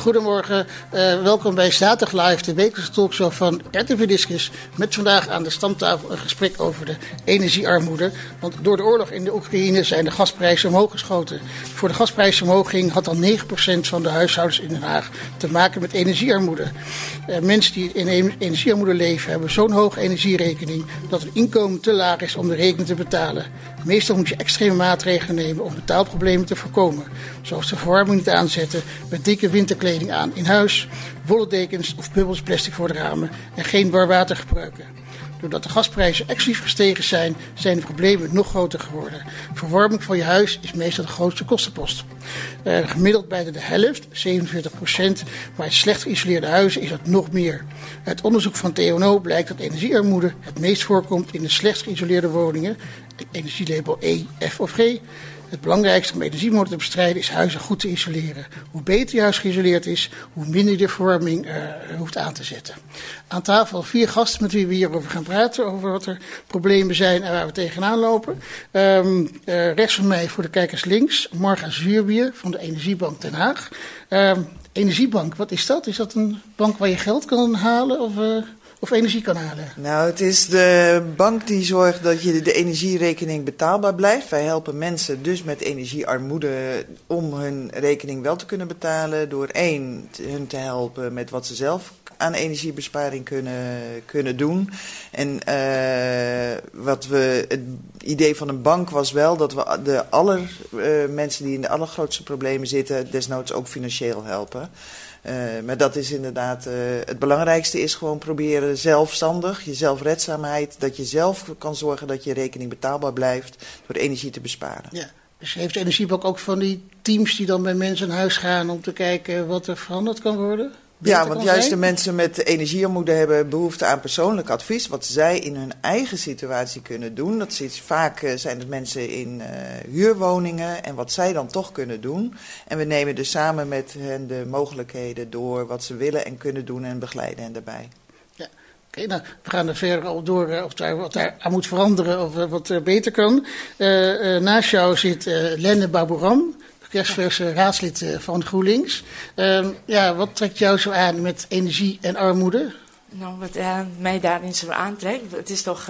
Goedemorgen, welkom bij Zaterdag Live, de wekelijkse talkshow van RTV Discus. Met vandaag aan de stamtafel een gesprek over de energiearmoede. Want door de oorlog in de Oekraïne zijn de gasprijzen omhoog geschoten. Voor de gasprijsverhoging had al 9% van de huishoudens in Den Haag te maken met energiearmoede. Mensen die in energiearmoede leven hebben zo'n hoge energierekening dat hun inkomen te laag is om de rekening te betalen. Meestal moet je extreme maatregelen nemen om betaalproblemen te voorkomen. Zoals de verwarming niet aanzetten met dikke winterkleding aan in huis, wollen dekens of bubbels plastic voor de ramen en geen warm water gebruiken. Doordat de gasprijzen excessief gestegen zijn, zijn de problemen nog groter geworden. Verwarming van je huis is meestal de grootste kostenpost. Gemiddeld bijna de helft, 47%, maar in slecht geïsoleerde huizen is dat nog meer. Uit onderzoek van TNO blijkt dat energiearmoede het meest voorkomt in de slecht geïsoleerde woningen, energielabel E, F of G. Het belangrijkste om energiemoord te bestrijden is huizen goed te isoleren. Hoe beter je huis geïsoleerd is, hoe minder je de verwarming hoeft aan te zetten. Aan tafel 4 gasten met wie we hierover gaan praten, over wat er problemen zijn en waar we tegenaan lopen. Rechts van mij voor de kijkers links, Marga Zuurbier van de Energiebank Den Haag. Energiebank, wat is dat? Is dat een bank waar je geld kan halen of energie kan halen? Nou, het is de bank die zorgt dat je de energierekening betaalbaar blijft. Wij helpen mensen dus met energiearmoede om hun rekening wel te kunnen betalen. Door hun te helpen met wat ze zelf aan energiebesparing kunnen doen. En het idee van een bank was wel dat we mensen die in de allergrootste problemen zitten, desnoods ook financieel helpen. Maar dat is inderdaad, het belangrijkste is gewoon proberen zelfstandig, je zelfredzaamheid, dat je zelf kan zorgen dat je rekening betaalbaar blijft door energie te besparen. Ja. Dus heeft de Energiebank ook van die teams die dan bij mensen aan huis gaan om te kijken wat er veranderd kan worden? Ja, want juist de mensen met energiearmoede hebben behoefte aan persoonlijk advies. Wat zij in hun eigen situatie kunnen doen. Vaak zijn het mensen in huurwoningen en wat zij dan toch kunnen doen. En we nemen dus samen met hen de mogelijkheden door wat ze willen en kunnen doen en begeleiden hen daarbij. Ja. Oké, nou, we gaan er verder al door of daar wat aan moet veranderen of wat beter kan. Naast jou zit Lenne Babouram, kerstverse raadslid van GroenLinks. Wat trekt jou zo aan met energie en armoede? Nou, wat mij daarin zo aantrekt, het is toch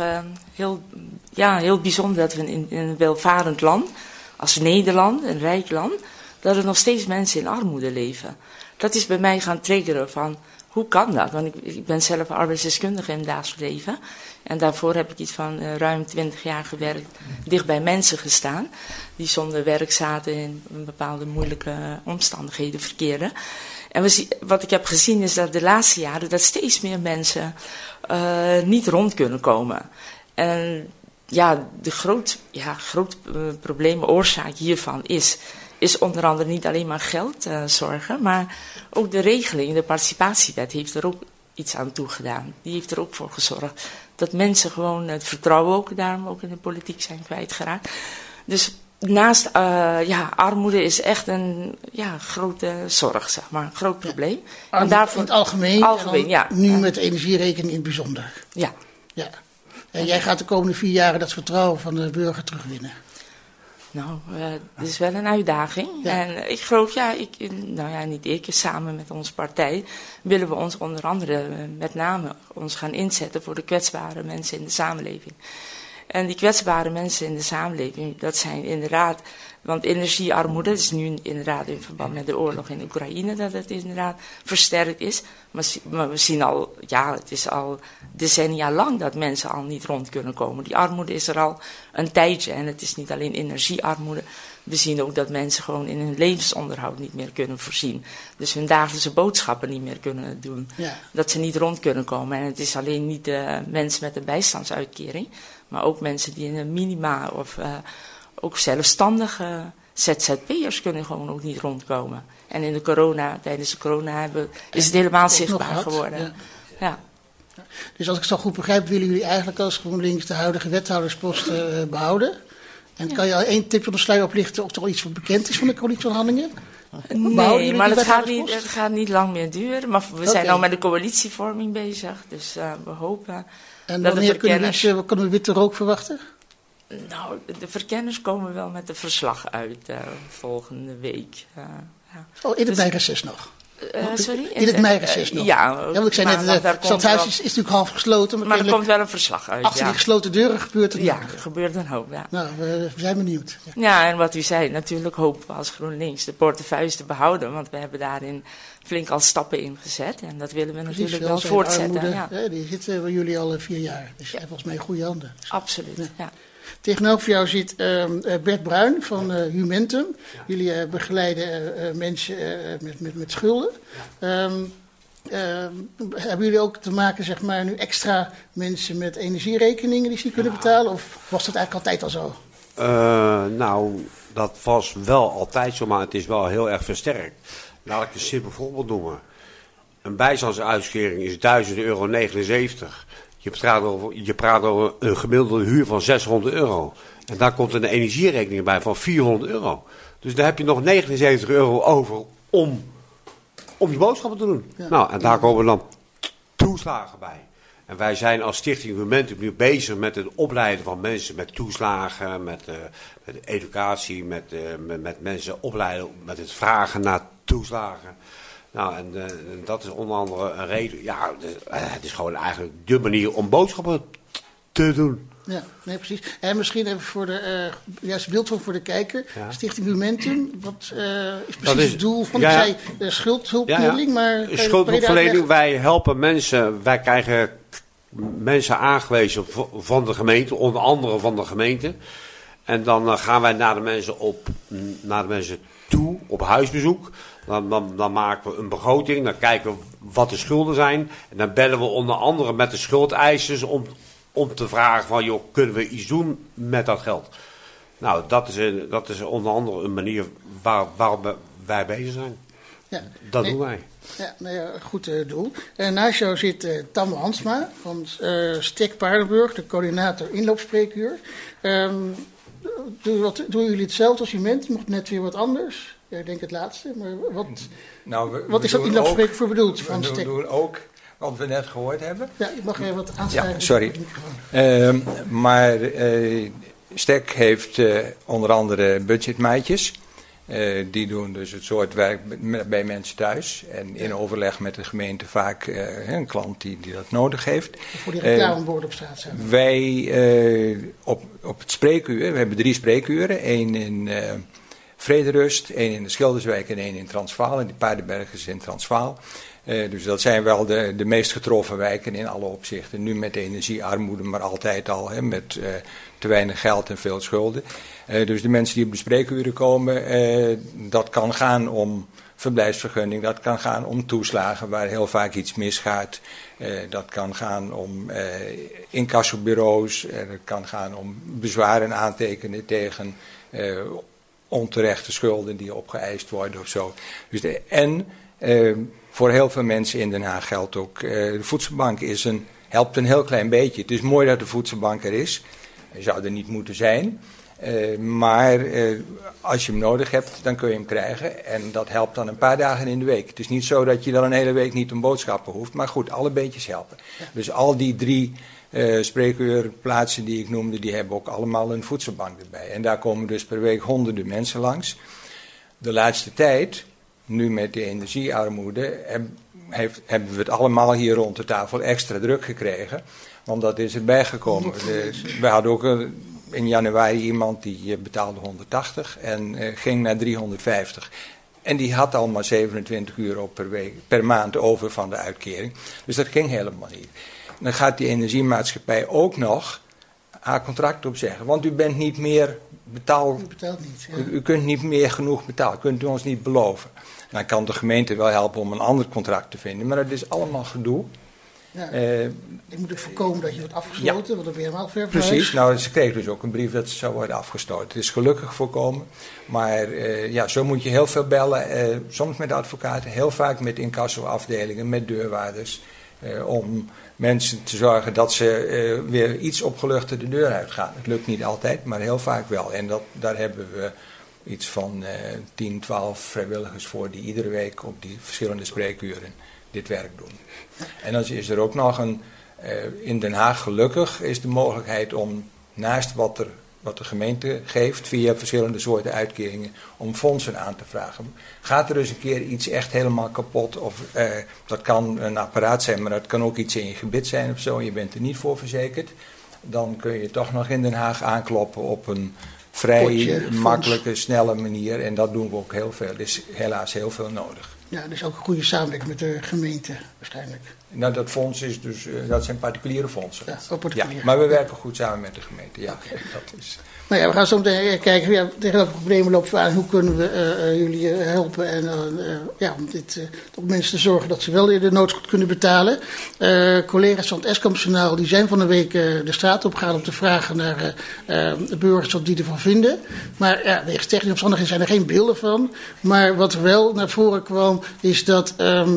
heel bijzonder dat we in een welvarend land, als Nederland, een rijk land, dat er nog steeds mensen in armoede leven. Dat is bij mij gaan triggeren van, hoe kan dat? Want ik ben zelf arbeidsdeskundige in het dagelijks leven. En daarvoor heb ik iets van ruim 20 jaar gewerkt, dicht bij mensen gestaan, die zonder werk zaten in bepaalde moeilijke omstandigheden verkeerden. En wat ik heb gezien is dat de laatste jaren dat steeds meer mensen niet rond kunnen komen. En ja, de groot probleem, oorzaak hiervan is onder andere niet alleen maar geld zorgen, maar ook de regeling, de participatiewet heeft er ook iets aan toegedaan. Die heeft er ook voor gezorgd dat mensen gewoon het vertrouwen daarom ook in de politiek zijn kwijtgeraakt. Dus naast armoede is echt een grote zorg, zeg maar, een groot probleem. En daarvoor in het algemeen ja. Nu met de energierekening in het bijzonder. Ja. En jij gaat de komende 4 jaar dat vertrouwen van de burger terugwinnen. Nou, het is wel een uitdaging. Ja. En ik geloof, samen met onze partij willen we ons onder andere met name ons gaan inzetten voor de kwetsbare mensen in de samenleving. En die kwetsbare mensen in de samenleving, dat zijn inderdaad, want energiearmoede is nu inderdaad in verband met de oorlog in Oekraïne dat het inderdaad versterkt is. Maar we zien al, het is al decennia lang dat mensen al niet rond kunnen komen. Die armoede is er al een tijdje en het is niet alleen energiearmoede. We zien ook dat mensen gewoon in hun levensonderhoud niet meer kunnen voorzien. Dus hun dagelijkse boodschappen niet meer kunnen doen. Ja. Dat ze niet rond kunnen komen. En het is alleen niet de mensen met een bijstandsuitkering, maar ook mensen die in een minima of ook zelfstandige ZZP'ers kunnen gewoon ook niet rondkomen. En tijdens de corona is het helemaal zichtbaar geworden. Ja. Dus als ik het zo goed begrijp, willen jullie eigenlijk als GroenLinks de huidige wethoudersposten behouden? En kan je al 1 tip van de sluier oplichten of er al iets wat bekend is van de coalitieonderhandelingen? Nee, maar het gaat niet lang meer duren. Maar we zijn nou met de coalitievorming bezig. Dus we hopen. En wanneer kunnen we witte rook verwachten? Nou, de verkenners komen wel met een verslag uit volgende week. In het bijreces nog? Sorry? In het meireces nog. Ja, want ik zei net, het stadhuis is natuurlijk half gesloten. Maar er komt wel een verslag uit. Achter die gesloten deuren gebeurt er er gebeurt een hoop, ja. Nou, we zijn benieuwd. Ja, en wat u zei, natuurlijk hopen we als GroenLinks de portefeuilles te behouden. Want we hebben daarin flink al stappen in gezet. En dat willen we natuurlijk wel voortzetten. Armoede, die zitten bij jullie al 4 jaar. Dus volgens mij in goede handen. Absoluut, ja. Tegenover jou zit Bert Bruin van Humentum. Jullie begeleiden mensen met schulden. Hebben jullie ook te maken, zeg maar, nu extra mensen met energierekeningen die ze niet kunnen betalen? Of was dat eigenlijk altijd al zo? Nou, dat was wel altijd zo, maar het is wel heel erg versterkt. Laat ik een simpel voorbeeld noemen. Een bijstandsuitkering is €1.000,79. Je praat over een gemiddelde huur van €600. En daar komt een energierekening bij van €400. Dus daar heb je nog €79 over om die boodschappen te doen. Ja. Nou, en daar komen dan toeslagen bij. En wij zijn als Stichting Humentum nu bezig met het opleiden van mensen met toeslagen, met educatie, met mensen opleiden, met het vragen naar toeslagen. Nou, en dat is onder andere een reden. Ja, het is gewoon eigenlijk de manier om boodschappen te doen. Ja, nee, precies. En misschien even voor de juiste beeldvorming voor de kijker. Ja. Stichting Humentum, wat is precies het doel van schuldhulpverlening? Maar schuldhulpverlening, wij helpen mensen, wij krijgen mensen aangewezen van de gemeente, onder andere van de gemeente. En dan gaan wij naar de mensen toe op huisbezoek. Dan maken we een begroting, dan kijken we wat de schulden zijn. En dan bellen we onder andere met de schuldeisers om te vragen van, joh, kunnen we iets doen met dat geld? Nou, dat is onder andere een manier waarop wij bezig zijn. Ja, dat doen wij. Ja, nou ja, goed doel. Naast jou zit Tamme Hansma van STEC Paardenburg, de coördinator inloopspreekuur. Doen jullie hetzelfde als Humentum, nog net weer wat anders? Ja, ik denk het laatste, maar wat is dat inloopspreekuur voor bedoeld? We doen ook wat we net gehoord hebben. Ja, ik mag even wat aanschrijven. Ja, sorry. Maar STEC heeft onder andere budgetmaatjes. Die doen dus het soort werk bij mensen thuis. En in overleg met de gemeente vaak een klant die dat nodig heeft. Voor die reclameborden op straat zijn. Wij op het spreekuur, we hebben 3 spreekuren. 1 in Vrederust, 1 in de Schilderswijk en 1 in Transvaal. En die Paardenberg is in Transvaal. Dus dat zijn wel de meest getroffen wijken in alle opzichten. Nu met energiearmoede, maar altijd al met te weinig geld en veel schulden. Dus de mensen die op de spreekuren komen, dat kan gaan om verblijfsvergunning, dat kan gaan om toeslagen waar heel vaak iets misgaat. Dat kan gaan om incassobureaus, dat kan gaan om bezwaren aantekenen tegen onterechte schulden die opgeëist worden of zo. Dus voor heel veel mensen in Den Haag geldt ook, de voedselbank helpt een heel klein beetje. Het is mooi dat de voedselbank er is. Hij zou er niet moeten zijn. Maar als je hem nodig hebt, dan kun je hem krijgen. En dat helpt dan een paar dagen in de week. Het is niet zo dat je dan een hele week niet om boodschappen hoeft. Maar goed, alle beetjes helpen. Ja. Dus al die 3 spreekuurplaatsen die ik noemde, die hebben ook allemaal een voedselbank erbij. En daar komen dus per week honderden mensen langs. De laatste tijd, nu met de energiearmoede, hebben we het allemaal hier rond de tafel extra druk gekregen. Want dat is erbij gekomen. We hadden ook in januari iemand die betaalde 180 en ging naar 350. En die had al maar 27 euro per maand over van de uitkering. Dus dat ging helemaal niet. Dan gaat die energiemaatschappij ook nog haar contract opzeggen. Want u bent niet meer betaald. U betaalt niet. Ja. U kunt niet meer genoeg betalen. Kunt u ons niet beloven. Dan kan de gemeente wel helpen om een ander contract te vinden. Maar dat is allemaal gedoe. Ja. Ik moet dus voorkomen dat je wordt afgesloten, want dan ben je helemaal ver van huis. Precies, nou ze kreeg dus ook een brief dat ze zou worden afgestoten. Het is gelukkig voorkomen, maar zo moet je heel veel bellen, soms met advocaten, heel vaak met incassoafdelingen, met deurwaarders, om mensen te zorgen dat ze weer iets opgeluchter de deur uitgaan. Het lukt niet altijd, maar heel vaak wel. En daar hebben we iets van 10, 12 vrijwilligers voor die iedere week op die verschillende spreekuren dit werk doen. En dan is er ook nog in Den Haag gelukkig is de mogelijkheid om naast wat er wat de gemeente geeft via verschillende soorten uitkeringen om fondsen aan te vragen. Gaat er eens een keer iets echt helemaal kapot, of dat kan een apparaat zijn, maar dat kan ook iets in je gebit zijn of zo, en je bent er niet voor verzekerd, dan kun je toch nog in Den Haag aankloppen op een vrij makkelijke, snelle manier. En dat doen we ook heel veel. Er is helaas heel veel nodig. Ja, dus ook een goede samenwerking met de gemeente waarschijnlijk. Nou, dat fonds is dus, dat zijn particuliere fondsen. Ja, ook particulier. Ja, maar we werken goed samen met de gemeente. Ja, Okay. dat is. Nou ja, we gaan zo meteen kijken. Ja, tegen welke problemen lopen we aan? Hoe kunnen we jullie helpen? En om op mensen te zorgen dat ze wel de noodschuld kunnen betalen. Collega's van het Eskamp-journaal die zijn van de week de straat op gegaan om te vragen naar de burgers wat die ervan vinden. Maar ja, wegens technische omstandigheden zijn er geen beelden van. Maar wat wel naar voren kwam is dat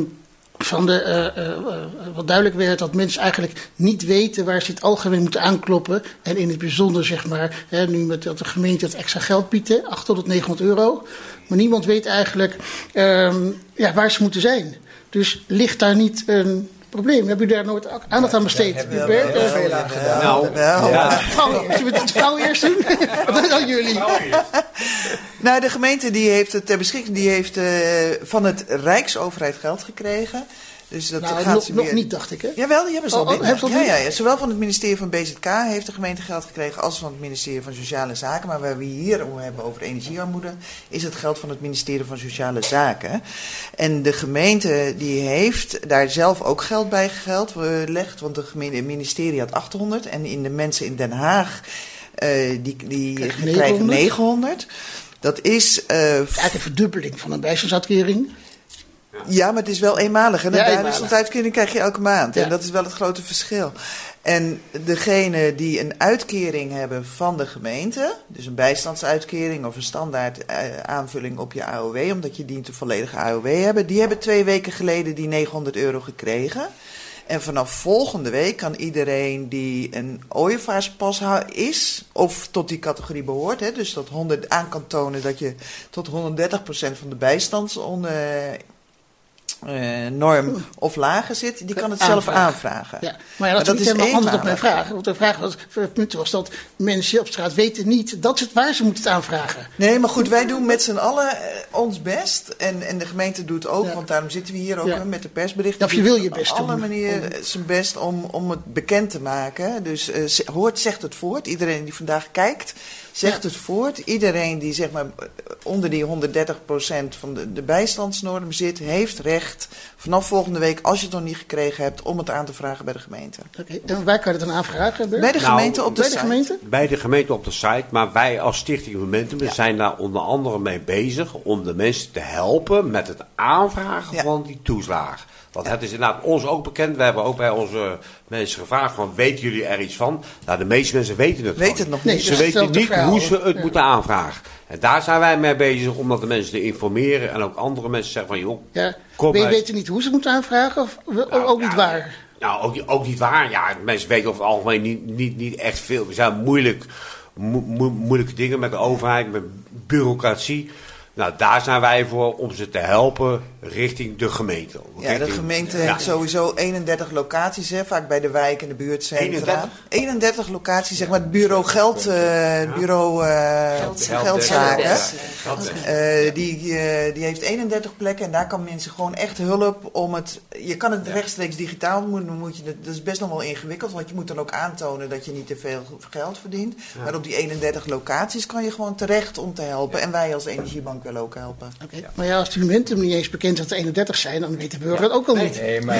wat duidelijk werd dat mensen eigenlijk niet weten waar ze het algemeen moeten aankloppen. En in het bijzonder, zeg maar, nu met dat de gemeente het extra geld biedt, 800 tot 900 euro. Maar niemand weet eigenlijk waar ze moeten zijn. Dus ligt daar niet een probleem? Heb u daar nooit aandacht aan besteed? Hebben we heel veel aan gedaan. De vrouw eerst doen? Dan jullie. Nou, de gemeente die heeft het ter beschikking, die heeft van het Rijksoverheid geld gekregen. Dus dat gaat nog niet, dacht ik, hè? Jawel, die hebben ze al binnen. Ja. Zowel van het ministerie van BZK heeft de gemeente geld gekregen als van het ministerie van Sociale Zaken. Maar waar we hier hebben over energiearmoede, is het geld van het ministerie van Sociale Zaken. En de gemeente die heeft daar zelf ook geld bij gelegd, want het ministerie had 800 en in de mensen in Den Haag die krijgen 900. Dat is eigenlijk een verdubbeling van een bijstandsuitkering. Ja, maar het is wel eenmalig. En een eenmalig. bijstandsuitkering krijg je elke maand. Ja. En dat is wel het grote verschil. En degene die een uitkering hebben van de gemeente, dus een bijstandsuitkering of een standaard aanvulling op je AOW, omdat je dient een volledige AOW hebben, die hebben 2 weken geleden die 900 euro gekregen. En vanaf volgende week kan iedereen die een ooievaarspas is, of tot die categorie behoort, dus dat 100 aan kan tonen dat je tot 130% van de bijstandsnorm of lager zit, die kan het zelf aanvragen. Ja. Maar dat is niet helemaal antwoord op mijn vraag. Want de vraag was dat mensen op straat weten niet waar ze moeten het aanvragen. Nee, maar goed, wij doen met z'n allen ons best. En de gemeente doet ook, want daarom zitten we hier ook met de persberichten. Of je wil je best doen. Op alle manieren zijn best om het bekend te maken. Dus zegt het voort. Iedereen die vandaag kijkt, zegt het voort. Iedereen die zeg maar onder die 130% van de bijstandsnorm zit, heeft recht vanaf volgende week, als je het nog niet gekregen hebt, om het aan te vragen bij de gemeente. Okay. En waar kan je het dan aanvragen? Bij de gemeente op de site. Bij de gemeente op de site, maar wij als Stichting Momentum zijn daar onder andere mee bezig om de mensen te helpen met het aanvragen van die toeslagen. Want het is inderdaad ons ook bekend. We hebben ook bij onze mensen gevraagd van, weten jullie er iets van? Nou, de meeste mensen weten het nog niet. Ze weten niet hoe ze het moeten aanvragen. En daar zijn wij mee bezig om dat de mensen te informeren. En ook andere mensen zeggen van, joh, weten niet hoe ze het moeten aanvragen of ook niet waar? Nou, ook niet waar. Ja, mensen weten over het algemeen niet echt veel. Er zijn moeilijke dingen met de overheid, met bureaucratie. Nou, daar zijn wij voor om ze te helpen richting de gemeente. De gemeente heeft sowieso 31 locaties, vaak bij de wijk en de buurtcentra. 31 locaties, zeg maar het bureau geldzaken. Die heeft 31 plekken en daar kan mensen gewoon echt hulp om het. Je kan het rechtstreeks digitaal doen, dat is best nog wel ingewikkeld, want je moet dan ook aantonen dat je niet te veel geld verdient. Ja. Maar op die 31 locaties kan je gewoon terecht om te helpen. En wij als Energiebank willen ook helpen. Okay. Ja. Maar als het Momentum niet eens bekend dat er 31 zijn, dan weet de burger het ook al niet. Nee, maar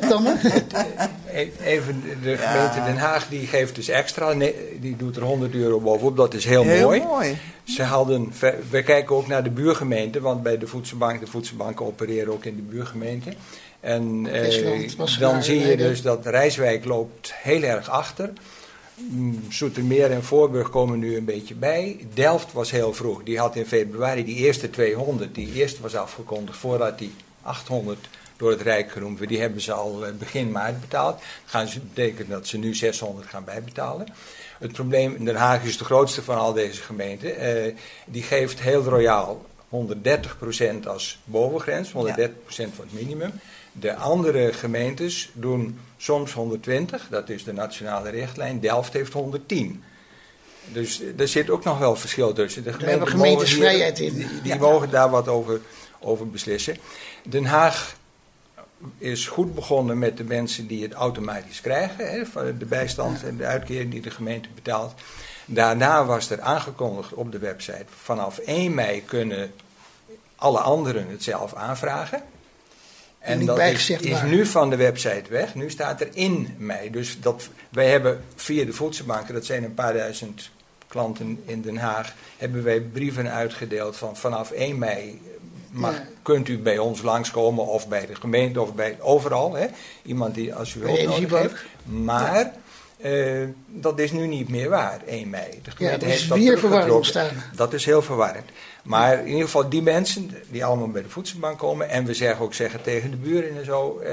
even de gemeente Den Haag, die geeft dus extra, die doet er 100 euro bovenop, dat is heel mooi. We kijken ook naar de buurgemeente, want bij de voedselbanken opereren ook in de buurgemeente. En dan zie je dus dat Rijswijk loopt heel erg achter. Zoetermeer en Voorburg komen nu een beetje bij. Delft was heel vroeg. Die had in februari die eerste 200. Die eerste was afgekondigd voordat die 800 door het Rijk genoemd werd. Die hebben ze al begin maart betaald. Dat betekent dat ze nu 600 gaan bijbetalen. Het probleem, Den Haag is de grootste van al deze gemeenten. Die geeft heel royaal 130% als bovengrens. 130% van het minimum. De andere gemeentes doen soms 120, dat is de nationale richtlijn. Delft heeft 110. Dus er zit ook nog wel verschil tussen. Daar hebben gemeentes vrijheid in. Die mogen daar wat over beslissen. Den Haag is goed begonnen met de mensen die het automatisch krijgen. Hè, van de bijstand en de uitkering die de gemeente betaalt. Daarna was er aangekondigd op de website: vanaf 1 mei kunnen alle anderen het zelf aanvragen. En dat is nu van de website weg. Nu staat er in mei. Dus wij hebben via de voedselbanken, dat zijn een paar duizend klanten in Den Haag, hebben wij brieven uitgedeeld van vanaf 1 mei kunt u bij ons langskomen of bij de gemeente of overal. Hè? Iemand die als u hulp nodig heeft. Maar dat is nu niet meer waar, 1 mei. De gemeente heeft dat weer verwarrend ontstaan. Dat is heel verwarrend. Maar in ieder geval die mensen die allemaal bij de voedselbank komen, en we zeggen tegen de buren en zo,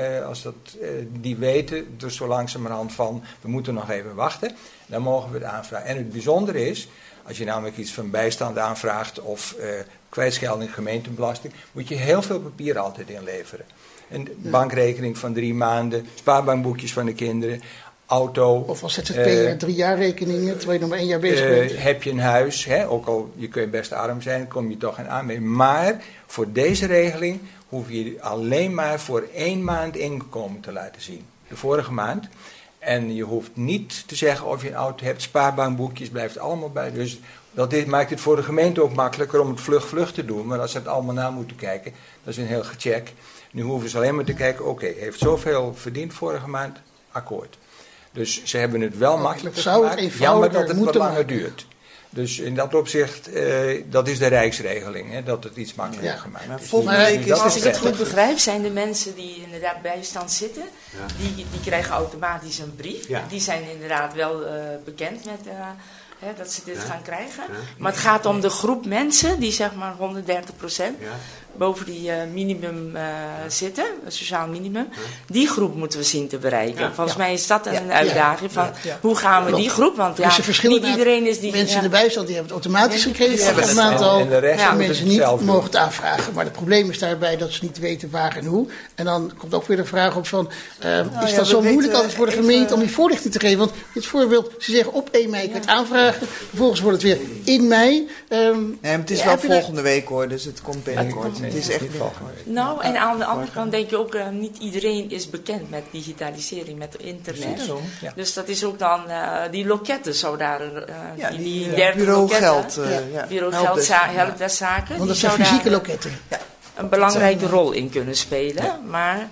die weten dus zo langzamerhand van, we moeten nog even wachten, dan mogen we het aanvragen. En het bijzondere is, als je namelijk iets van bijstand aanvraagt of kwijtschelding gemeentebelasting, moet je heel veel papier altijd inleveren. Een bankrekening van 3 maanden, spaarbankboekjes van de kinderen, auto. Of als ZZP'er 3 jaar rekeningen, terwijl je nog maar 1 jaar bezig bent. Heb je een huis, ook al je kun je best arm zijn, kom je toch in aanmerking. Maar voor deze regeling hoef je alleen maar voor 1 maand inkomen te laten zien. De vorige maand. En je hoeft niet te zeggen of je een auto hebt, spaarbankboekjes, blijft allemaal bij. Dus dat maakt het voor de gemeente ook makkelijker om het vlug te doen. Maar als ze het allemaal na moeten kijken, dat is een heel gecheck. Nu hoeven ze alleen maar te kijken, oké, heeft zoveel verdiend vorige maand, akkoord. Dus ze hebben het wel makkelijker gemaakt, jammer dat het wat langer duurt. Dus in dat opzicht, dat is de Rijksregeling, hè, dat het iets makkelijker gemaakt is. Maar als ik het goed begrijp, zijn de mensen die inderdaad bijstand zitten, die krijgen automatisch een brief. Ja. Die zijn inderdaad wel bekend met dat ze dit gaan krijgen. Ja. Maar het gaat om de groep mensen die zeg maar 130% boven die minimum zitten, het sociaal minimum. Die groep moeten we zien te bereiken. Volgens mij is dat een uitdaging van hoe gaan we die groep, want niet iedereen is die... Mensen in de bijstand die hebben het automatisch gekregen, een aantal mensen niet mogen het aanvragen. Maar het probleem is daarbij dat ze niet weten waar en hoe. En dan komt ook weer de vraag op van, is dat zo moeilijk altijd voor de gemeente om die voorlichting te geven? Want dit voorbeeld, ze zeggen op 1 mei kun je het aanvragen, vervolgens wordt het weer in mei. Het is wel volgende week hoor, dus het komt binnenkort. Het is echt nou, en aan de andere kant denk je ook, niet iedereen is bekend met digitalisering, met internet. Dus dat is ook dan, die loketten zou daar, die derde bureaugeld, bureaugeld, helpdeskzaken. Want dat zijn fysieke loketten. Een belangrijke rol in kunnen spelen, maar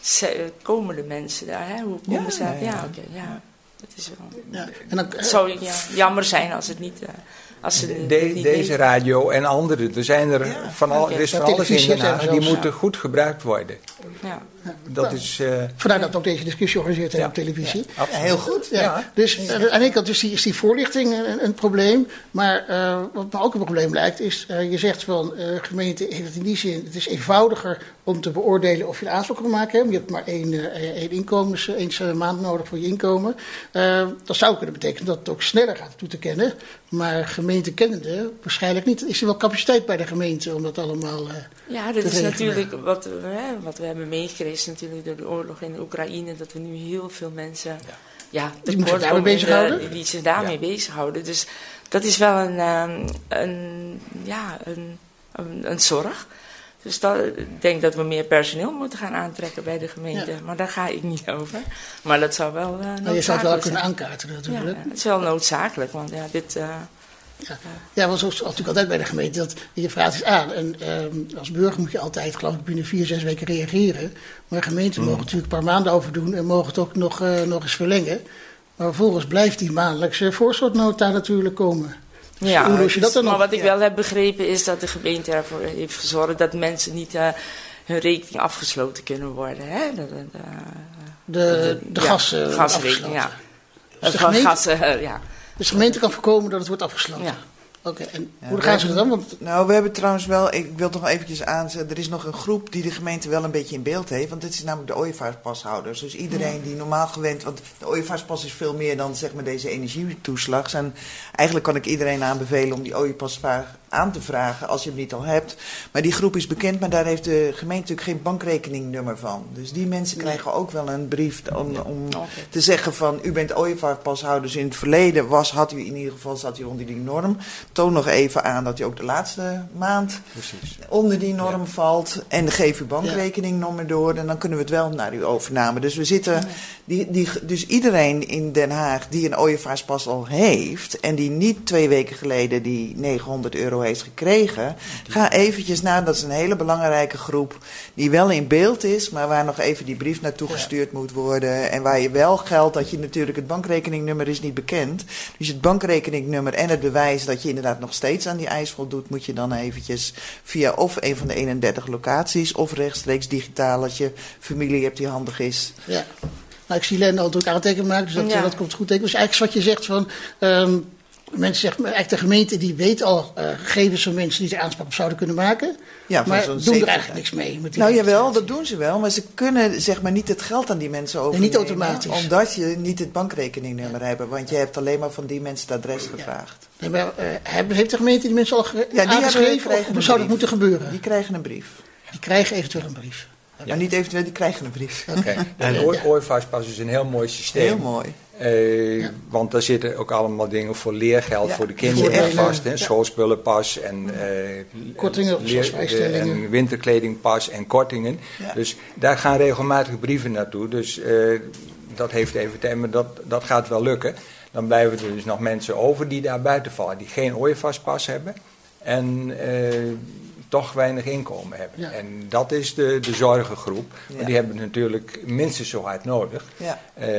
komen de mensen daar, hè? Hoe komen ze daar? Het is wel, het zou jammer zijn als het niet... Deze radio en andere, er zijn er van alles in Den Haag, die moeten goed gebruikt worden. Ja. Dat is, vandaar dat we ook deze discussie organiseerd hebben op televisie. Ja, heel goed. Dus aan de ene kant is die voorlichting een probleem. Maar wat me ook een probleem lijkt is, je zegt van gemeente heeft het in die zin, het is eenvoudiger om te beoordelen of je een aanspraak kan maken. Hè? Je hebt maar één maand nodig voor je inkomen. Dat zou kunnen betekenen dat het ook sneller gaat toe te kennen. Maar gemeente kennende waarschijnlijk niet. Is er wel capaciteit bij de gemeente om dat allemaal dat is natuurlijk wat we hebben meegekregen, is natuurlijk door de oorlog in de Oekraïne, dat we nu heel veel mensen die zich daarmee bezighouden. Die zich daarmee bezighouden. Dus dat is wel een zorg. Dus ik denk dat we meer personeel moeten gaan aantrekken bij de gemeente. Maar daar ga ik niet over. Maar dat zou wel noodzakelijk je zou het wel kunnen aankaarten natuurlijk. Het is wel noodzakelijk, want dit... want zo is het natuurlijk altijd bij de gemeente. Dat je vraagt iets aan. En als burger moet je altijd, geloof ik, binnen 4-6 weken reageren. Maar gemeenten mogen natuurlijk een paar maanden over doen en mogen het ook nog eens verlengen. Maar vervolgens blijft die maandelijkse voorschotnota natuurlijk komen. Dus hoe los je dat dan op? Maar wat ik wel heb begrepen is dat de gemeente ervoor heeft gezorgd dat mensen niet hun rekening afgesloten kunnen worden. Hè? De gasrekening, Dus Dus de gemeente kan voorkomen dat het wordt afgesloten. Ja. Oké, en hoe gaan ze dat dan? Want... Nou, we hebben trouwens wel, ik wil toch eventjes aanzetten, er is nog een groep die de gemeente wel een beetje in beeld heeft. Want dit is namelijk de ooievaarspashouders. Dus iedereen die normaal gewend, want de ooievaarspas is veel meer dan zeg maar deze energietoeslag. En eigenlijk kan ik iedereen aanbevelen om die aan te vragen als je hem niet al hebt. Maar die groep is bekend, maar daar heeft de gemeente natuurlijk geen bankrekeningnummer van. Dus die mensen krijgen ook wel een brief om te zeggen van, u bent OIVAR-pashouders in het verleden, had u in ieder geval, zat u onder die norm. Toon nog even aan dat u ook de laatste maand onder die norm valt. En geef uw bankrekeningnummer door en dan kunnen we het wel naar u overnemen. Dus we zitten, dus iedereen in Den Haag die een ooievaarspas al heeft en die niet 2 weken geleden die €900 heeft gekregen, ga eventjes naar, dat is een hele belangrijke groep die wel in beeld is, maar waar nog even die brief naartoe gestuurd moet worden en waar je wel geldt dat je natuurlijk, het bankrekeningnummer is niet bekend. Dus het bankrekeningnummer en het bewijs dat je inderdaad nog steeds aan die eis voldoet, moet je dan eventjes via of een van de 31 locaties of rechtstreeks digitaal als je familie hebt die handig is. Ja. Nou, ik zie Len al druk aantekeningen maken, dus dat komt goed. Dus eigenlijk wat je zegt van, mensen zeggen, eigenlijk de gemeente die weet al gegevens van mensen die er aanspraak op zouden kunnen maken. Ja, maar doen er eigenlijk niks mee. Met die jawel, dat doen ze wel. Maar ze kunnen zeg maar niet het geld aan die mensen overnemen. Niet automatisch. Omdat je niet het bankrekeningnummer hebt. Want je hebt alleen maar van die mensen het adres gevraagd. Nee, maar, heeft de gemeente die mensen al aangeschreven of zou dat moeten gebeuren? Die krijgen een brief. Die krijgen eventueel een brief. Ja, niet eventueel, die krijgen een brief. Okay. En ooievaarspas is een heel mooi systeem. Heel mooi. Want daar zitten ook allemaal dingen voor leergeld voor de kinderen vast. Schoolspullenpas en kortingen, en winterkledingpas en kortingen. Ja. Dus daar gaan regelmatig brieven naartoe. Dus dat heeft even tijd, maar dat gaat wel lukken. Dan blijven er dus nog mensen over die daar buiten vallen. Die geen ooievaarspas hebben. En toch weinig inkomen hebben. Ja. En dat is de zorgengroep. Ja. Maar die hebben natuurlijk minstens zo hard nodig. Ja.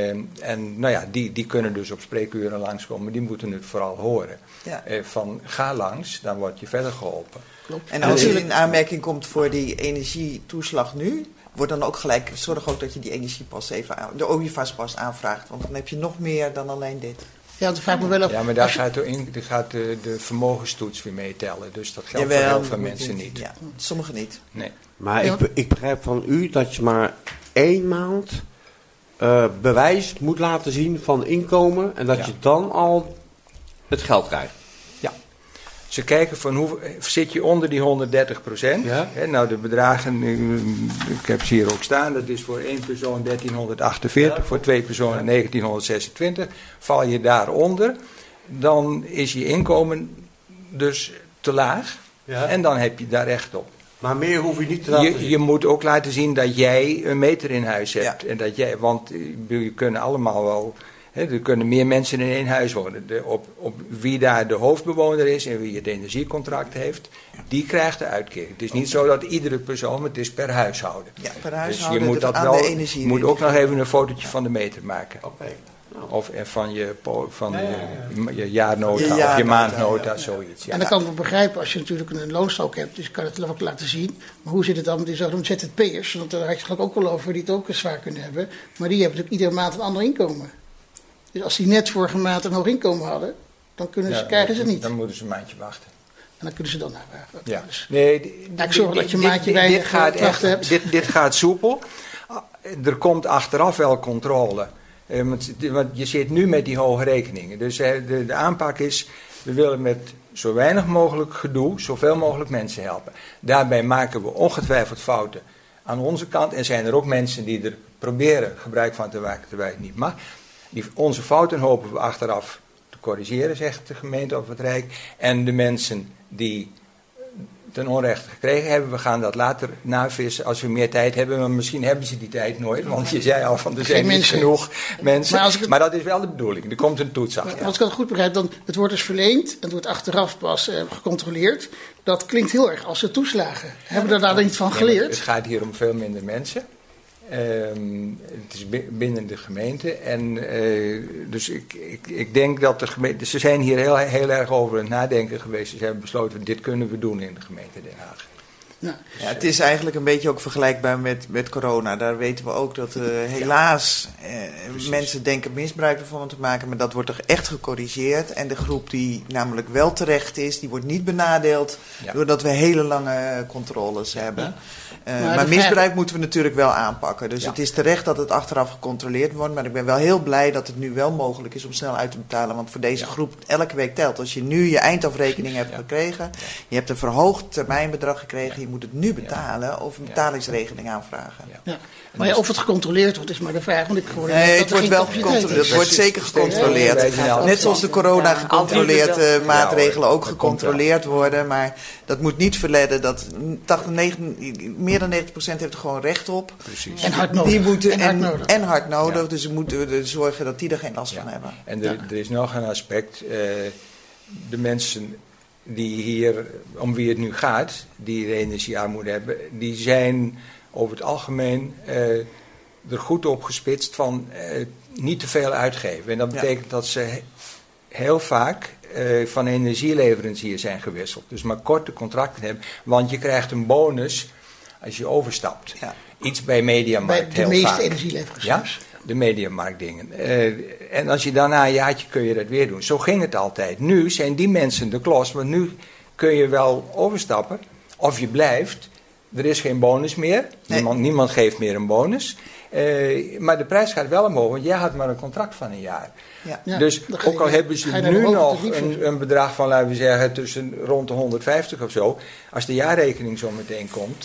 En nou ja, die kunnen dus op spreekuren langskomen. Die moeten het vooral horen. Ja. Van ga langs, dan word je verder geholpen. Klopt. En als u in aanmerking komt voor die energietoeslag nu, wordt dan ook gelijk, zorg ook dat je die energiepas even de ooievaarspas aanvraagt. Want dan heb je nog meer dan alleen dit. Ja, dat vraag ik me wel af. Ja, maar daar gaat de vermogenstoets weer meetellen. Dus dat geldt voor heel veel mensen niet. Ja, sommigen niet. Nee. Maar ik begrijp van u dat je maar 1 maand bewijs moet laten zien van inkomen. En dat je dan al het geld krijgt. Ja. Ze kijken van hoe zit je onder die 130%. Ja? Nou, de bedragen, ik heb ze hier ook staan. Dat is voor 1 persoon 1348, voor 2 personen 1926. Val je daaronder, dan is je inkomen dus te laag. Ja. En dan heb je daar recht op. Maar meer hoef je niet te laten zien. Je moet ook laten zien dat jij een meter in huis hebt. Ja. En dat jij, want je kunnen allemaal wel. Er kunnen meer mensen in 1 huis wonen. Op wie daar de hoofdbewoner is en wie het energiecontract heeft, die krijgt de uitkering. Het is niet zo dat iedere persoon, maar het is per huishouden. Ja, per huishouden. Dus je moet dat aan wel. De energie. Je moet ook nog even een fotootje van de meter maken. Okay. Of van je jaarnota of je maandnota, zoiets. Ja. En dan kan ik wel begrijpen als je natuurlijk een loonstrook hebt, dus je kan het ook laten zien. Maar hoe zit het dan met die zogenaamde ZZP'ers? Want daar had je het ook wel over die het ook zwaar kunnen hebben. Maar die hebben natuurlijk iedere maand een ander inkomen. Dus als die net vorige maand een hoog inkomen hadden, dan krijgen ze het niet. Dan moeten ze een maandje wachten. En dan kunnen ze dan navragen. Ja. Dus, nee, ik zorg dat je een maandje weinig kracht hebt. Dit gaat soepel. Er komt achteraf wel controle. Want je zit nu met die hoge rekeningen. Dus de aanpak is, we willen met zo weinig mogelijk gedoe, zoveel mogelijk mensen helpen. Daarbij maken we ongetwijfeld fouten aan onze kant. En zijn er ook mensen die er proberen gebruik van te maken terwijl het niet mag. Onze fouten hopen we achteraf te corrigeren, zegt de gemeente of het Rijk. En de mensen die ten onrechte gekregen hebben, we gaan dat later navissen als we meer tijd hebben. Maar misschien hebben ze die tijd nooit, want je zei al van er zijn niet genoeg mensen. Maar dat is wel de bedoeling, er komt een toets achter. Als ik het goed begrijp, dan het wordt dus verleend en het wordt achteraf pas gecontroleerd. Dat klinkt heel erg als de toeslagen. Hebben we daar niet van geleerd? Het gaat hier om veel minder mensen. Het is binnen de gemeente. En dus ik denk dat de gemeente. Ze zijn hier heel erg over aan het nadenken geweest. Ze hebben besloten, dit kunnen we doen in de gemeente Den Haag. Ja. Ja, het is eigenlijk een beetje ook vergelijkbaar met corona. Daar weten we ook dat helaas mensen denken misbruik ervan te maken. Maar dat wordt toch echt gecorrigeerd. En de groep die namelijk wel terecht is, die wordt niet benadeeld. Ja. Doordat we hele lange controles hebben. Maar misbruik moeten we natuurlijk wel aanpakken. Dus het is terecht dat het achteraf gecontroleerd wordt. Maar ik ben wel heel blij dat het nu wel mogelijk is om snel uit te betalen. Want voor deze groep elke week telt. Als je nu je eindafrekening hebt gekregen. Je hebt een verhoogd termijnbedrag gekregen. Je moet het nu betalen of een betalingsregeling aanvragen. Ja. Maar of het gecontroleerd wordt is maar de vraag. Want ik hoorde het wordt wel gecontroleerd. Het wordt zeker gecontroleerd. Net zoals de corona gecontroleerde maatregelen ook gecontroleerd worden. Maar dat moet niet verleiden dat meer dan 90% heeft er gewoon recht op. Precies. En hard nodig. Die moeten, en hard nodig. Dus we moeten zorgen dat die er geen last van hebben. En er is nog een aspect. De mensen die hier, om wie het nu gaat, die de energiearmoede hebben, die zijn over het algemeen er goed op gespitst van niet te veel uitgeven. En dat betekent dat ze heel vaak van energieleverancier zijn gewisseld. Dus maar korte contracten hebben, want je krijgt een bonus als je overstapt. Ja. Iets bij Mediamarkt heel vaak. Bij de meeste energieleveranciers. Ja? De Mediamarkt-dingen. En als je daarna een jaartje kun je dat weer doen. Zo ging het altijd. Nu zijn die mensen de klos, want nu kun je wel overstappen. Of je blijft. Er is geen bonus meer. Nee. Niemand geeft meer een bonus. Maar de prijs gaat wel omhoog, want jij had maar een contract van een jaar. Ja. Dus ook al hebben ze nu nog een bedrag van, laten we zeggen, tussen rond de 150 of zo. Als de jaarrekening zo meteen komt,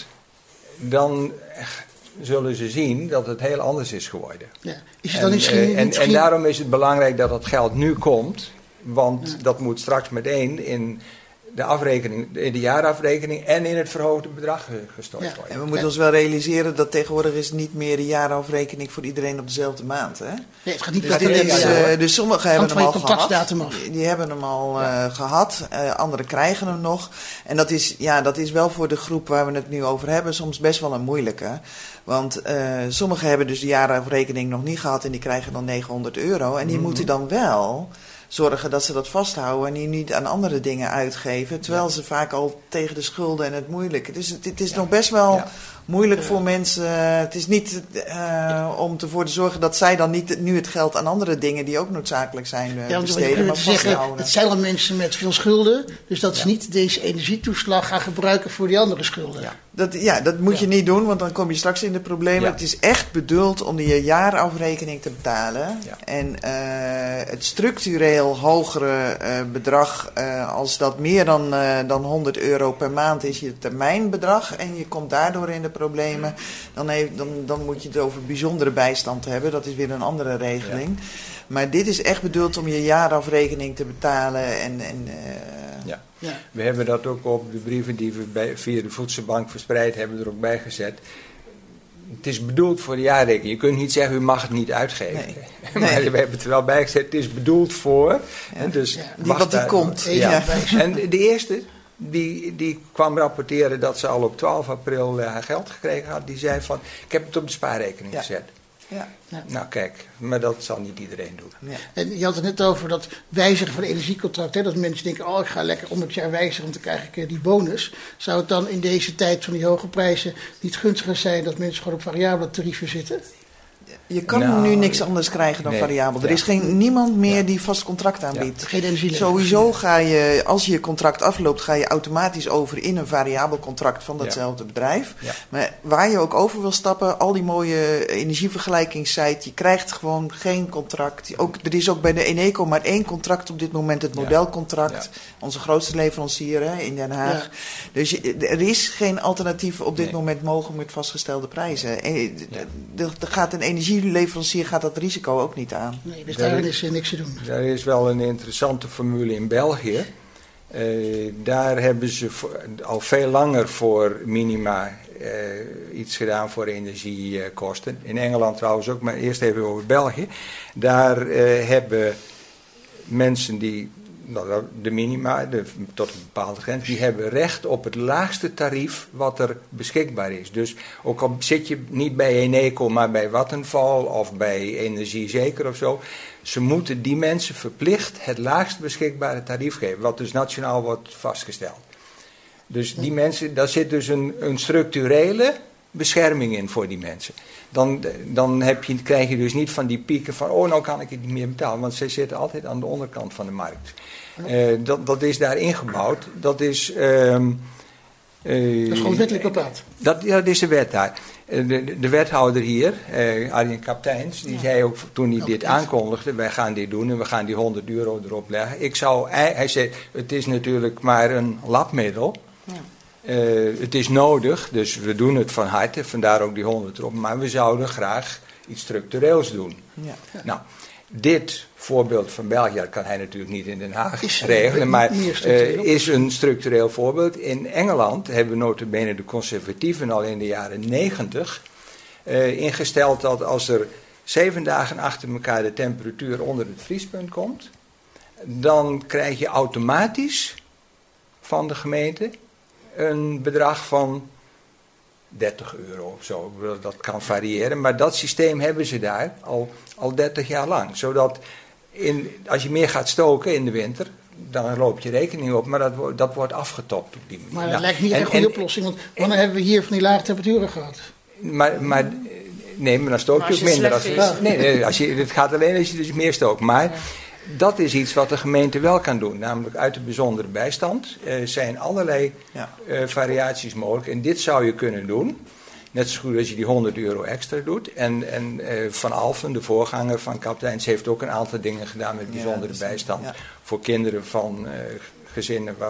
dan zullen ze zien dat het heel anders is geworden. Ja. Is het dan en daarom is het belangrijk dat dat geld nu komt. Want dat moet straks meteen in de afrekening, in de jaarafrekening en in het verhoogde bedrag gestort worden. En we moeten ons wel realiseren dat tegenwoordig is niet meer de jaarafrekening voor iedereen op dezelfde maand. Hè? Nee, het gaat niet dus sommigen hebben hem al gehad. Die hebben hem al gehad. Anderen krijgen hem nog. En dat is wel voor de groep waar we het nu over hebben soms best wel een moeilijke. Want sommigen hebben dus de jaarafrekening nog niet gehad en die krijgen dan €900. En die moeten dan wel zorgen dat ze dat vasthouden en die niet aan andere dingen uitgeven. Terwijl ze vaak al tegen de schulden en het moeilijke. Dus het is nog best wel moeilijk voor mensen. Het is niet om ervoor te zorgen dat zij dan niet nu het geld aan andere dingen die ook noodzakelijk zijn besteden. Maar vasthouden. Het zijn al mensen met veel schulden. Dus dat ze niet deze energietoeslag gaan gebruiken voor die andere schulden. Dat moet je niet doen, want dan kom je straks in de problemen. Ja. Het is echt bedoeld om je jaarafrekening te betalen. Ja. En het structureel hogere bedrag, als dat meer dan €100 per maand is, je termijnbedrag. En je komt daardoor in de problemen. Dan moet je het over bijzondere bijstand hebben. Dat is weer een andere regeling. Ja. Maar dit is echt bedoeld om je jaarafrekening te betalen. Ja. We hebben dat ook op de brieven die we via de Voedselbank verspreid hebben er ook bij gezet. Het is bedoeld voor de jaarrekening. Je kunt niet zeggen, u mag het niet uitgeven. Nee. Maar we hebben het er wel bij gezet. Het is bedoeld voor. Ja. Dus die komt. Ja. En de eerste, die kwam rapporteren dat ze al op 12 april haar geld gekregen had. Die zei van, ik heb het op de spaarrekening gezet. Ja. Nou kijk, maar dat zal niet iedereen doen. Ja. En je had het net over dat wijzigen van de energiecontract. Hè, dat mensen denken, ik ga lekker om het jaar wijzigen, om te krijgen die bonus. Zou het dan in deze tijd van die hoge prijzen niet gunstiger zijn dat mensen gewoon op variabele tarieven zitten? Je kan nu niks anders krijgen dan variabel. Er is niemand meer die vast contract aanbiedt. Geen energieleverancier. Sowieso ga je, als je contract afloopt, ga je automatisch over in een variabel contract van datzelfde bedrijf. Ja. Maar waar je ook over wil stappen, al die mooie energievergelijkingssites, je krijgt gewoon geen contract. Er is ook bij de Eneco maar 1 contract op dit moment, het modelcontract. Ja. Onze grootste leverancier in Den Haag. Ja. Dus er is geen alternatief op dit moment mogelijk met vastgestelde prijzen. Er gaat een energieleverancier gaat dat risico ook niet aan. Nee, dus daar is niks te doen. Er is wel een interessante formule in België. Daar hebben ze al veel langer voor minima iets gedaan voor energiekosten. In Engeland trouwens ook, maar eerst even over België. Daar hebben mensen die de minima, tot een bepaalde grens, die hebben recht op het laagste tarief wat er beschikbaar is. Dus ook al zit je niet bij Eneco, maar bij Vattenfall of bij Energiezeker of zo, ze moeten die mensen verplicht het laagst beschikbare tarief geven, wat dus nationaal wordt vastgesteld. Dus die mensen, daar zit dus een structurele bescherming in voor die mensen. Dan krijg je dus niet van die pieken van, nou kan ik het niet meer betalen. Want ze zitten altijd aan de onderkant van de markt. Dat is daar ingebouwd. Dat is gewoon wettelijk bepaald. Dat is de wet daar. De wethouder hier, Arjen Kapteins, die zei ook toen hij dit aankondigde, wij gaan dit doen en we gaan die €100 erop leggen. Hij zei, het is natuurlijk maar een labmiddel. Ja. Het is nodig, dus we doen het van harte, vandaar ook die 100 erop. Maar we zouden graag iets structureels doen. Ja. Nou, dit voorbeeld van België, dat kan hij natuurlijk niet in Den Haag regelen, maar is een structureel voorbeeld. In Engeland hebben nota bene de conservatieven al in de jaren 90 ingesteld dat als er 7 dagen achter elkaar de temperatuur onder het vriespunt komt, dan krijg je automatisch van de gemeente een bedrag van €30 of zo. Dat kan variëren, maar dat systeem hebben ze daar al 30 jaar lang. Zodat als je meer gaat stoken in de winter, dan loop je rekening op, maar dat wordt afgetopt op die manier. Maar dat lijkt niet echt een goede oplossing, want wanneer hebben we hier van die lage temperaturen gehad? Maar dan stook je ook minder. Het gaat alleen als je dus meer stookt. Maar dat is iets wat de gemeente wel kan doen, namelijk uit de bijzondere bijstand. Er zijn allerlei variaties mogelijk en dit zou je kunnen doen. Net zo goed als je die €100 extra doet. En Van Alphen, de voorganger van Kapteins, heeft ook een aantal dingen gedaan met bijzondere bijstand. Ja. Voor kinderen van gezinnen waar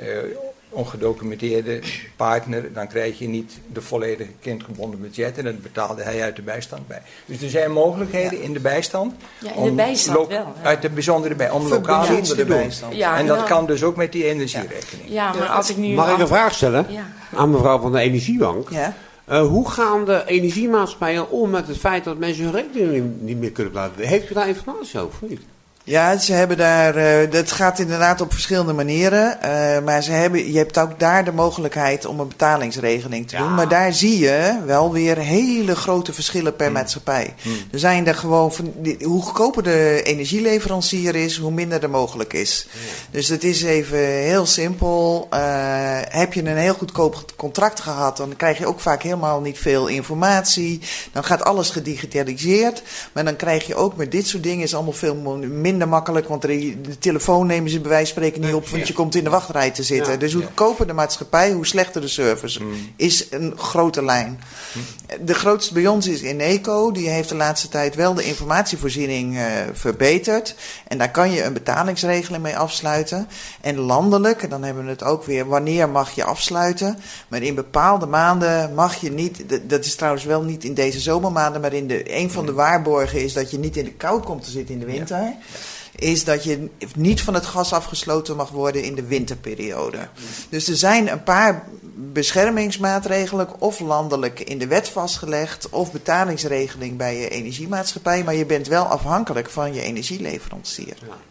ongedocumenteerde partner, dan krijg je niet de volledige kindgebonden budget en dat betaalde hij uit de bijstand bij. Dus er zijn mogelijkheden in de bijstand. Ja, in de bijstand wel. Ja. Uit de bijzondere bijstand, om lokaal iets te doen. Ja, en dat kan dus ook met die energierekening. Ja, maar als ik nu... Mag ik een vraag stellen aan mevrouw van de Energiebank? Ja. Hoe gaan de energiemaatschappijen om met het feit dat mensen hun rekening niet meer kunnen betalen? Heeft u daar informatie over of niet? Ja, ze hebben daar, dat gaat inderdaad op verschillende manieren. Maar je hebt ook daar de mogelijkheid om een betalingsregeling te doen. Maar daar zie je wel weer hele grote verschillen per maatschappij. Er zijn er gewoon, hoe goedkoper de energieleverancier is, hoe minder er mogelijk is. Dus het is even heel simpel. Heb je een heel goedkoop contract gehad, dan krijg je ook vaak helemaal niet veel informatie. Dan gaat alles gedigitaliseerd. Maar dan krijg je ook met dit soort dingen, is allemaal veel minder makkelijk, want de telefoon nemen ze bij wijze van spreken niet op, want je komt in de wachtrij te zitten. Ja, dus hoe goedkoper de maatschappij, hoe slechter de service. Is een grote lijn. De grootste bij ons is Eneco. Die heeft de laatste tijd wel de informatievoorziening verbeterd. En daar kan je een betalingsregeling mee afsluiten. En landelijk, dan hebben we het ook weer, wanneer mag je afsluiten. Maar in bepaalde maanden mag je niet, dat is trouwens wel niet in deze zomermaanden, maar een van de waarborgen is dat je niet in de kou komt te zitten in de winter. Ja. Is dat je niet van het gas afgesloten mag worden in de winterperiode. Dus er zijn een paar beschermingsmaatregelen, of landelijk in de wet vastgelegd, of betalingsregeling bij je energiemaatschappij, maar je bent wel afhankelijk van je energieleverancier.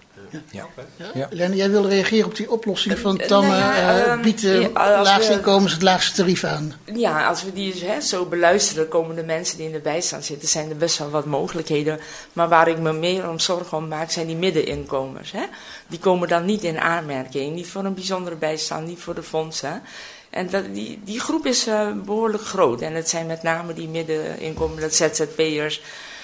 Ja. Lenne, jij wil reageren op die oplossing van Tamme, biedt de laagste inkomens het laagste tarief aan. Ja, als we die zo beluisteren, komen de mensen die in de bijstand zitten, zijn er best wel wat mogelijkheden. Maar waar ik me meer om zorgen om maak, zijn die middeninkomens. Hè? Die komen dan niet in aanmerking, niet voor een bijzondere bijstand, niet voor de fondsen. En die groep is behoorlijk groot. En het zijn met name die middeninkomen, dat ZZP'ers.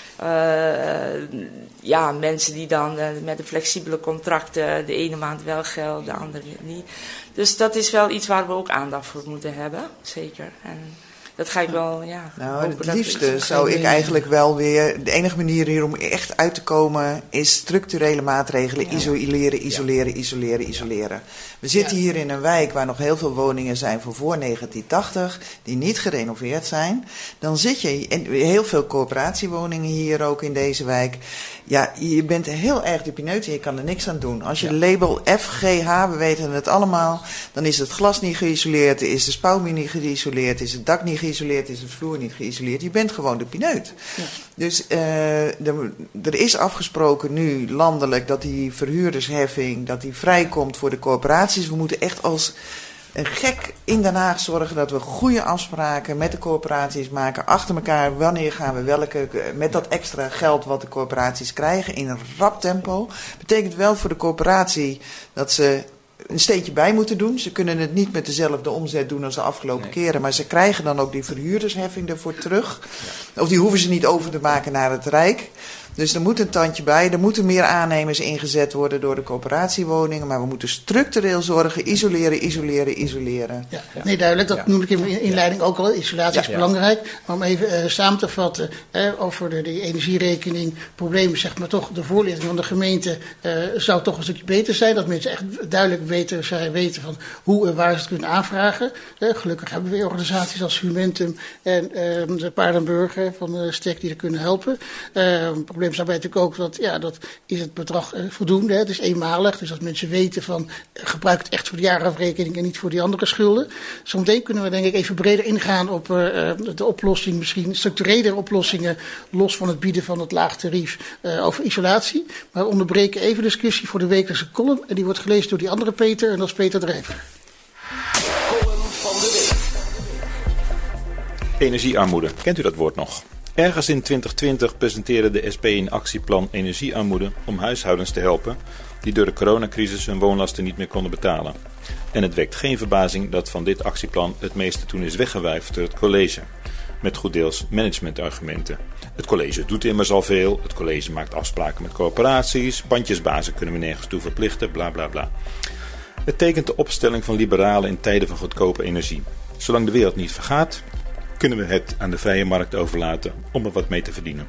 Mensen die dan met de flexibele contracten de ene maand wel geld, de andere niet. Dus dat is wel iets waar we ook aandacht voor moeten hebben, zeker. En dat ga ik wel, het liefste zou ik eigenlijk wel weer, de enige manier hier om echt uit te komen is structurele maatregelen, isoleren. We zitten hier in een wijk waar nog heel veel woningen zijn van voor 1980, die niet gerenoveerd zijn. Dan zit je, en heel veel coöperatiewoningen hier ook in deze wijk. Ja, je bent heel erg de pineut en je kan er niks aan doen. Als je de label FGH, we weten het allemaal, dan is het glas niet geïsoleerd, is de spouwmuur niet geïsoleerd, is het dak niet geïsoleerd, is de vloer niet geïsoleerd. Je bent gewoon de pineut. Ja. Dus er is afgesproken nu landelijk dat die verhuurdersheffing, dat die vrijkomt voor de coöperaties. We moeten echt als een gek in Den Haag zorgen dat we goede afspraken met de coöperaties maken. Achter elkaar, wanneer gaan we welke, met dat extra geld wat de coöperaties krijgen in een rap tempo. Betekent wel voor de coöperatie dat ze een steentje bij moeten doen. Ze kunnen het niet met dezelfde omzet doen als de afgelopen keren. Maar ze krijgen dan ook die verhuurdersheffing ervoor terug. Ja. Of die hoeven ze niet over te maken naar het Rijk. Dus er moet een tandje bij. Er moeten meer aannemers ingezet worden door de coöperatiewoningen. Maar we moeten structureel zorgen. Isoleren. Ja. Nee, duidelijk. Dat noem ik in mijn inleiding ook al. Isolatie is belangrijk. Maar om even samen te vatten over de energierekening. Problemen, zeg maar toch. De voorlichting van de gemeente zou toch een stukje beter zijn. Dat mensen echt duidelijk weten van hoe en waar ze het kunnen aanvragen. Gelukkig hebben we organisaties als Humentum en de Paardenburg van STEC die er kunnen helpen. Het probleem is daarbij natuurlijk ook dat is het bedrag voldoende. Het is eenmalig, dus dat mensen weten van gebruik het echt voor de jaarafrekening en niet voor die andere schulden. Zometeen kunnen we denk ik even breder ingaan op de oplossing, misschien structurele oplossingen, los van het bieden van het laag tarief over isolatie. Maar we onderbreken even de discussie voor de wekelijkse column en die wordt gelezen door die andere Peter en dat is Peter Drijver. Column van de week. Energiearmoede, kent u dat woord nog? Ergens in 2020 presenteerde de SP een actieplan Energiearmoede om huishoudens te helpen die door de coronacrisis hun woonlasten niet meer konden betalen. En het wekt geen verbazing dat van dit actieplan het meeste toen is weggewuifd door het college. Met goed deels managementargumenten. Het college doet immers al veel, het college maakt afspraken met corporaties, pandjesbazen kunnen we nergens toe verplichten, bla bla bla. Het tekent de opstelling van liberalen in tijden van goedkope energie. Zolang de wereld niet vergaat, kunnen we het aan de vrije markt overlaten om er wat mee te verdienen.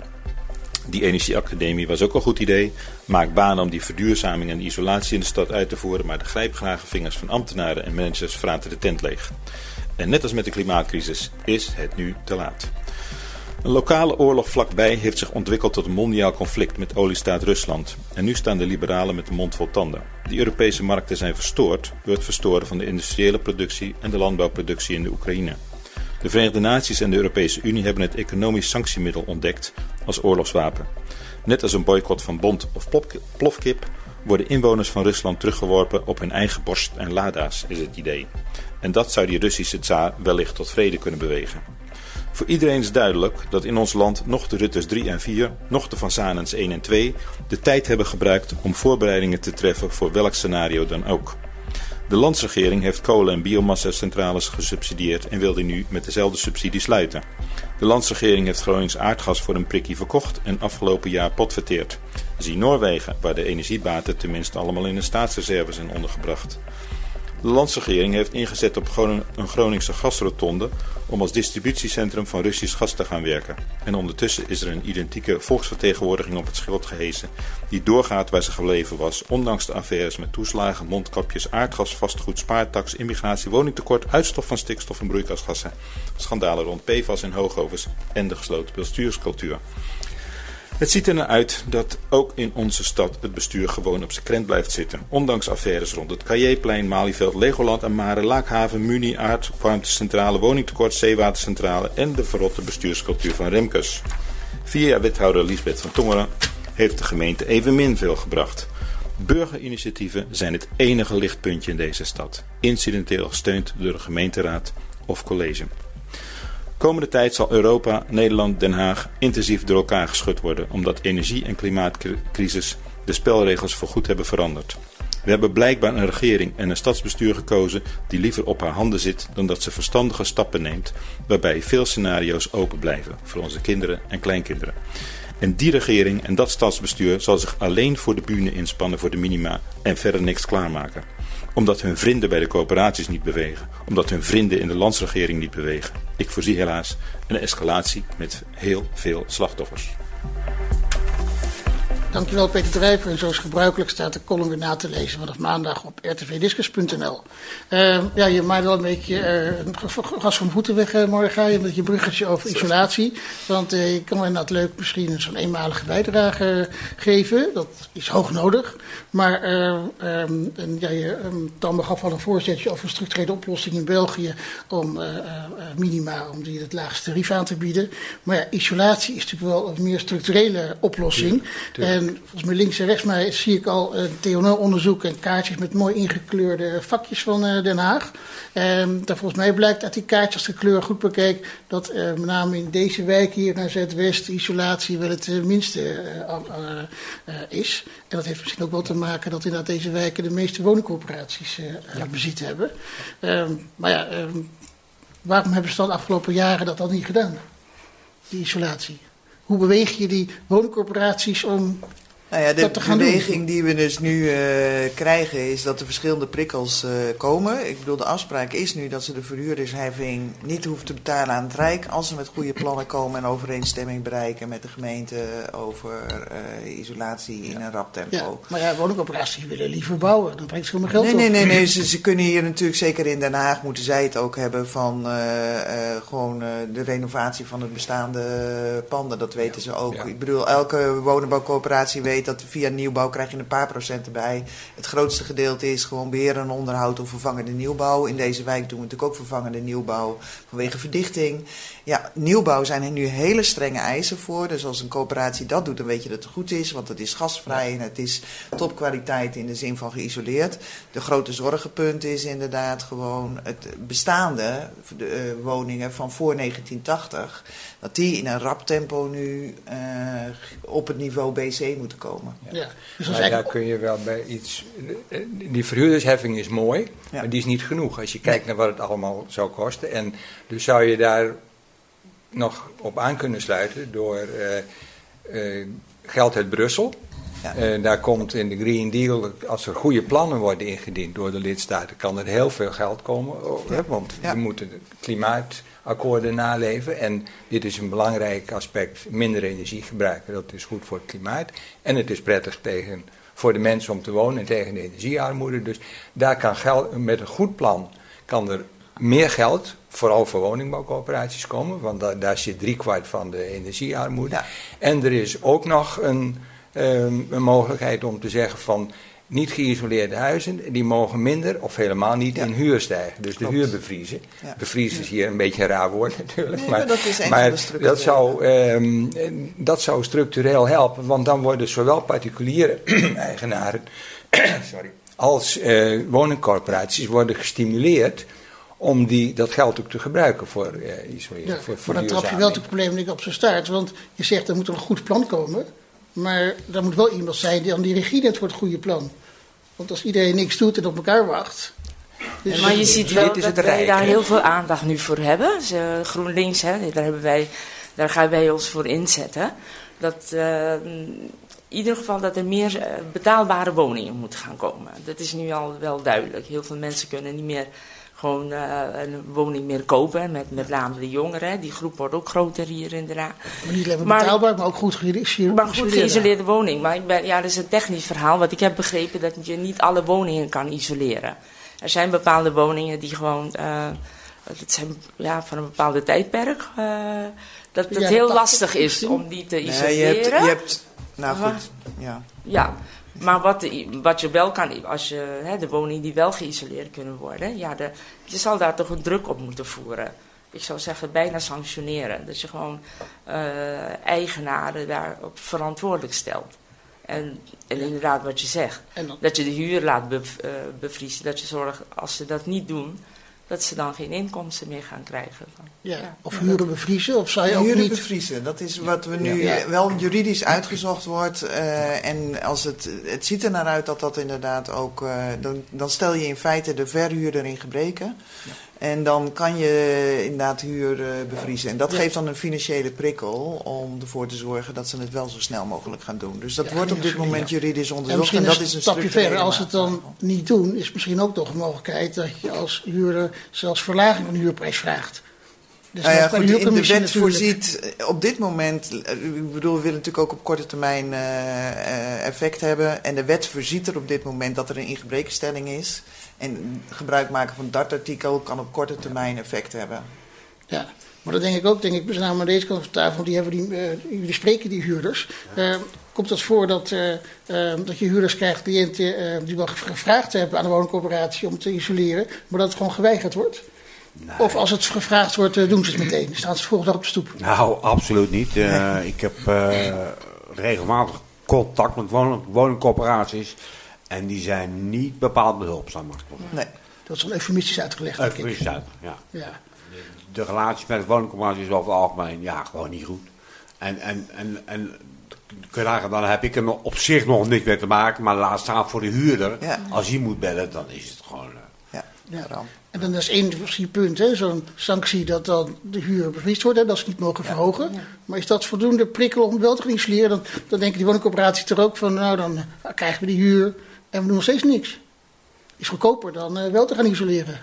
Die energieacademie was ook een goed idee. Maak banen om die verduurzaming en isolatie in de stad uit te voeren, maar de grijpgrage vingers van ambtenaren en managers vraten de tent leeg. En net als met de klimaatcrisis is het nu te laat. Een lokale oorlog vlakbij heeft zich ontwikkeld tot een mondiaal conflict met oliestaat Rusland. En nu staan de liberalen met de mond vol tanden. Die Europese markten zijn verstoord door het verstoren van de industriële productie en de landbouwproductie in de Oekraïne. De Verenigde Naties en de Europese Unie hebben het economisch sanctiemiddel ontdekt als oorlogswapen. Net als een boycott van Bond of plofkip worden inwoners van Rusland teruggeworpen op hun eigen borst en lada's, is het idee. En dat zou die Russische tsaar wellicht tot vrede kunnen bewegen. Voor iedereen is duidelijk dat in ons land nog de Ruttes 3 en 4, nog de Van Sanens 1 en 2 de tijd hebben gebruikt om voorbereidingen te treffen voor welk scenario dan ook. De landsregering heeft kolen- en biomassa-centrales gesubsidieerd en wil die nu met dezelfde subsidie sluiten. De landsregering heeft Gronings aardgas voor een prikkie verkocht en afgelopen jaar potverteerd. Zie Noorwegen, waar de energiebaten tenminste allemaal in een staatsreserve zijn ondergebracht. De landsregering heeft ingezet op een Groningse gasrotonde om als distributiecentrum van Russisch gas te gaan werken. En ondertussen is er een identieke volksvertegenwoordiging op het schild gehesen die doorgaat waar ze gebleven was, ondanks de affaires met toeslagen, mondkapjes, aardgas, vastgoed, spaartax, immigratie, woningtekort, uitstof van stikstof en broeikasgassen, schandalen rond PFAS en hoogovens en de gesloten bestuurscultuur. Het ziet er naar uit dat ook in onze stad het bestuur gewoon op zijn krent blijft zitten. Ondanks affaires rond het Carrierplein, Malieveld, Legoland en Mare, Laakhaven, Muni, aardwarmtecentrale, woningtekort, zeewatercentrale en de verrotte bestuurscultuur van Remkes. 4 jaar wethouder Liesbeth van Tongeren heeft de gemeente evenmin veel gebracht. Burgerinitiatieven zijn het enige lichtpuntje in deze stad. Incidenteel gesteund door de gemeenteraad of college. Komende tijd zal Europa, Nederland, Den Haag intensief door elkaar geschud worden, omdat energie- en klimaatcrisis de spelregels voorgoed hebben veranderd. We hebben blijkbaar een regering en een stadsbestuur gekozen die liever op haar handen zit dan dat ze verstandige stappen neemt, waarbij veel scenario's open blijven voor onze kinderen en kleinkinderen. En die regering en dat stadsbestuur zal zich alleen voor de bühne inspannen voor de minima en verder niks klaarmaken. Omdat hun vrienden bij de coöperaties niet bewegen. Omdat hun vrienden in de landsregering niet bewegen. Ik voorzie helaas een escalatie met heel veel slachtoffers. Dankjewel Peter Drijver. En zoals gebruikelijk staat de column weer na te lezen vanaf maandag op rtvdiscus.nl. Je maakt wel een beetje gas van de voeten weg morgen met je bruggetje over isolatie. Want je kan inderdaad leuk misschien zo'n eenmalige bijdrage geven. Dat is hoog nodig. Maar dan begaf al een voorzetje over een structurele oplossing in België om minima, om die het laagste tarief aan te bieden. Maar ja, isolatie is natuurlijk wel een meer structurele oplossing. En En volgens mij links en rechts mij zie ik al TNO-onderzoek en kaartjes met mooi ingekleurde vakjes van Den Haag. Daar volgens mij blijkt uit die kaartjes, als de kleur goed bekijkt, dat met name in deze wijk hier naar Zuidwest isolatie wel het minste is. En dat heeft misschien ook wel te maken dat inderdaad deze wijken de meeste woningcorporaties bezit hebben. Waarom hebben ze dan de afgelopen jaren dat niet gedaan, die isolatie? Hoe beweeg je die woningcorporaties om dat te gaan doen? De beweging die we dus nu krijgen is dat er verschillende prikkels komen. Ik bedoel, de afspraak is nu dat ze de verhuurdersheffing niet hoeven te betalen aan het Rijk als ze met goede plannen komen en overeenstemming bereiken met de gemeente over isolatie in een rap tempo. Ja, maar woningcorporaties willen liever bouwen, dan brengt ze helemaal geld op. Nee. Ze kunnen hier natuurlijk, zeker in Den Haag, moeten zij het ook hebben van gewoon de renovatie van het bestaande panden. Dat weten ze ook. Ja. Ik bedoel, elke woningbouwcorporatie weet dat via nieuwbouw krijg je een paar procent erbij. Het grootste gedeelte is gewoon beheer en onderhoud of vervangende nieuwbouw. In deze wijk doen we natuurlijk ook vervangende nieuwbouw vanwege verdichting. Ja, nieuwbouw zijn er nu hele strenge eisen voor. Dus als een coöperatie dat doet, dan weet je dat het goed is. Want het is gasvrij en het is topkwaliteit in de zin van geïsoleerd. De grote zorgenpunt is inderdaad gewoon het bestaande woningen van voor 1980. Dat die in een rap tempo nu op het niveau BC moeten komen. Ja. Dus maar daar kun je wel bij iets. Die verhuurdersheffing is mooi, maar die is niet genoeg als je kijkt naar wat het allemaal zou kosten. En dus zou je daar nog op aan kunnen sluiten door geld uit Brussel. Ja. Daar komt in de Green Deal, als er goede plannen worden ingediend door de lidstaten, kan er heel veel geld komen. Want we moeten de klimaatakkoorden naleven. En dit is een belangrijk aspect, minder energie gebruiken. Dat is goed voor het klimaat. En het is prettig voor de mensen om te wonen en tegen de energiearmoede. Dus daar kan geld, met een goed plan kan er meer geld, vooral voor woningbouwcorporaties komen. Want daar zit 3/4 van de energiearmoede. Ja. En er is ook nog een mogelijkheid om te zeggen van niet geïsoleerde huizen, die mogen minder of helemaal niet in huur stijgen. Dus de huur bevriezen. Ja. Bevriezen is hier een beetje een raar woord natuurlijk. Nee, maar dat is een van de structurele. Dat zou structureel helpen, want dan worden zowel particuliere eigenaren als woningcorporaties worden gestimuleerd om dat geld ook te gebruiken voor isoleren. Ja, maar dan trap je wel het probleem niet op zijn staart, want je zegt er moet een goed plan komen. Maar er moet wel iemand zijn die aan die regie neemt voor het goede plan. Want als iedereen niks doet en op elkaar wacht. Dus maar je ziet wel dat wij daar heel veel aandacht nu voor hebben. GroenLinks, daar gaan wij ons voor inzetten. Dat in ieder geval dat er meer betaalbare woningen moeten gaan komen. Dat is nu al wel duidelijk. Heel veel mensen kunnen niet meer gewoon een woning meer kopen, met name de jongeren. Die groep wordt ook groter hier in Den Haag. Maar niet alleen maar betaalbaar, maar ook goed geïsoleerd. Maar goed geïsoleerde woning. Maar dat is een technisch verhaal. Want ik heb begrepen dat je niet alle woningen kan isoleren. Er zijn bepaalde woningen die gewoon, dat zijn van een bepaalde tijdperk, dat het heel lastig is om die te isoleren. Je hebt nou goed, ja. Maar wat je wel kan, als je de woningen die wel geïsoleerd kunnen worden, je zal daar toch een druk op moeten voeren. Ik zou zeggen bijna sanctioneren. Dat je gewoon eigenaren daarop verantwoordelijk stelt. En inderdaad wat je zegt, dat je de huur laat bevriezen. Dat je zorgt, als ze dat niet doen, dat ze dan geen inkomsten meer gaan krijgen. Of huren bevriezen, of zou je ook huren niet bevriezen, dat is wat we nu wel juridisch uitgezocht wordt. En als het ziet er naar uit dat inderdaad ook, dan stel je in feite de verhuurder in gebreken. Ja. En dan kan je inderdaad huur bevriezen. En dat geeft dan een financiële prikkel om ervoor te zorgen dat ze het wel zo snel mogelijk gaan doen. Dus dat wordt op dit moment juridisch onderzocht. En dat is een stapje verder. Als ze het dan niet doen, is misschien ook nog een mogelijkheid dat je als huurder zelfs verlaging van de huurprijs vraagt. Dus goed, in de wet voorziet op dit moment, ik bedoel, we willen natuurlijk ook op korte termijn effect hebben. En de wet voorziet er op dit moment dat er een ingebrekenstelling is. En gebruik maken van dat artikel kan op korte termijn effect hebben. Ja, maar dat denk ik ook. Met name aan deze kant van de tafel, die spreken die huurders. Komt het voor dat je huurders krijgt, cliënten die wel gevraagd hebben aan de woningcorporatie om te isoleren, maar dat het gewoon geweigerd wordt? Nee. Of als het gevraagd wordt, doen ze het meteen? Staan ze volgende dag op de stoep? Nou, absoluut niet. Ik heb regelmatig contact met woningcorporaties. En die zijn niet bepaald behulpzaam. Nee. Dat is wel eufemistisch uitgelegd, denk ik. Eufemistisch uit, ja. Ja. De relatie met woningcorporaties is over het algemeen gewoon niet goed. En kun je nagaan, dan heb ik er op zich nog niks mee te maken. Maar laat staan voor de huurder. Ja. Als hij moet bellen, dan is het gewoon... Ja. En dan is één punt, hè, zo'n sanctie dat dan de huur bevriest wordt, hè, dat ze niet mogen verhogen. Ja. Maar is dat voldoende prikkel om wel te gaan isoleren? Dan denken die woningcorporaties er ook van, nou dan krijgen we die huur en we doen nog steeds niks. Is goedkoper dan wel te gaan isoleren.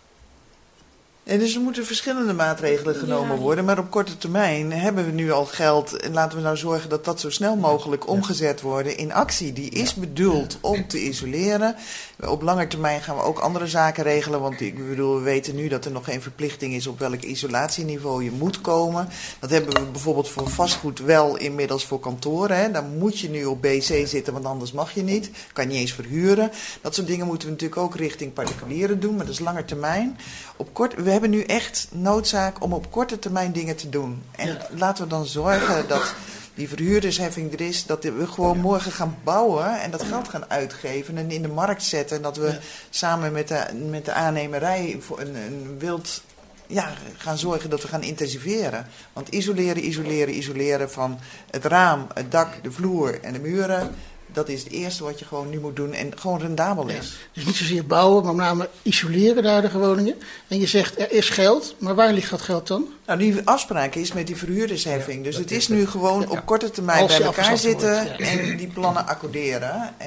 En dus er moeten verschillende maatregelen genomen worden. Maar op korte termijn hebben we nu al geld. En laten we nou zorgen dat dat zo snel mogelijk omgezet wordt in actie. Die is bedoeld om te isoleren. Op lange termijn gaan we ook andere zaken regelen. Want ik bedoel, we weten nu dat er nog geen verplichting is op welk isolatieniveau je moet komen. Dat hebben we bijvoorbeeld voor vastgoed wel inmiddels voor kantoren. Hè. Dan moet je nu op BC zitten, want anders mag je niet. Kan je niet eens verhuren. Dat soort dingen moeten we natuurlijk ook richting particulieren doen. Maar dat is lange termijn. We hebben nu echt noodzaak om op korte termijn dingen te doen. En laten we dan zorgen dat die verhuurdersheffing er is, dat we gewoon morgen gaan bouwen en dat geld gaan uitgeven en in de markt zetten. En dat we samen met de aannemerij voor een wild gaan zorgen dat we gaan intensiveren. Want isoleren van het raam, het dak, de vloer en de muren. Dat is het eerste wat je gewoon nu moet doen en gewoon rendabel is. Ja, dus niet zozeer bouwen, maar met name isoleren de huidige woningen. En je zegt, er is geld, maar waar ligt dat geld dan? Nou, die afspraak is met die verhuurdersheffing. Dus het is nu gewoon op korte termijn bij elkaar zitten en die plannen accorderen.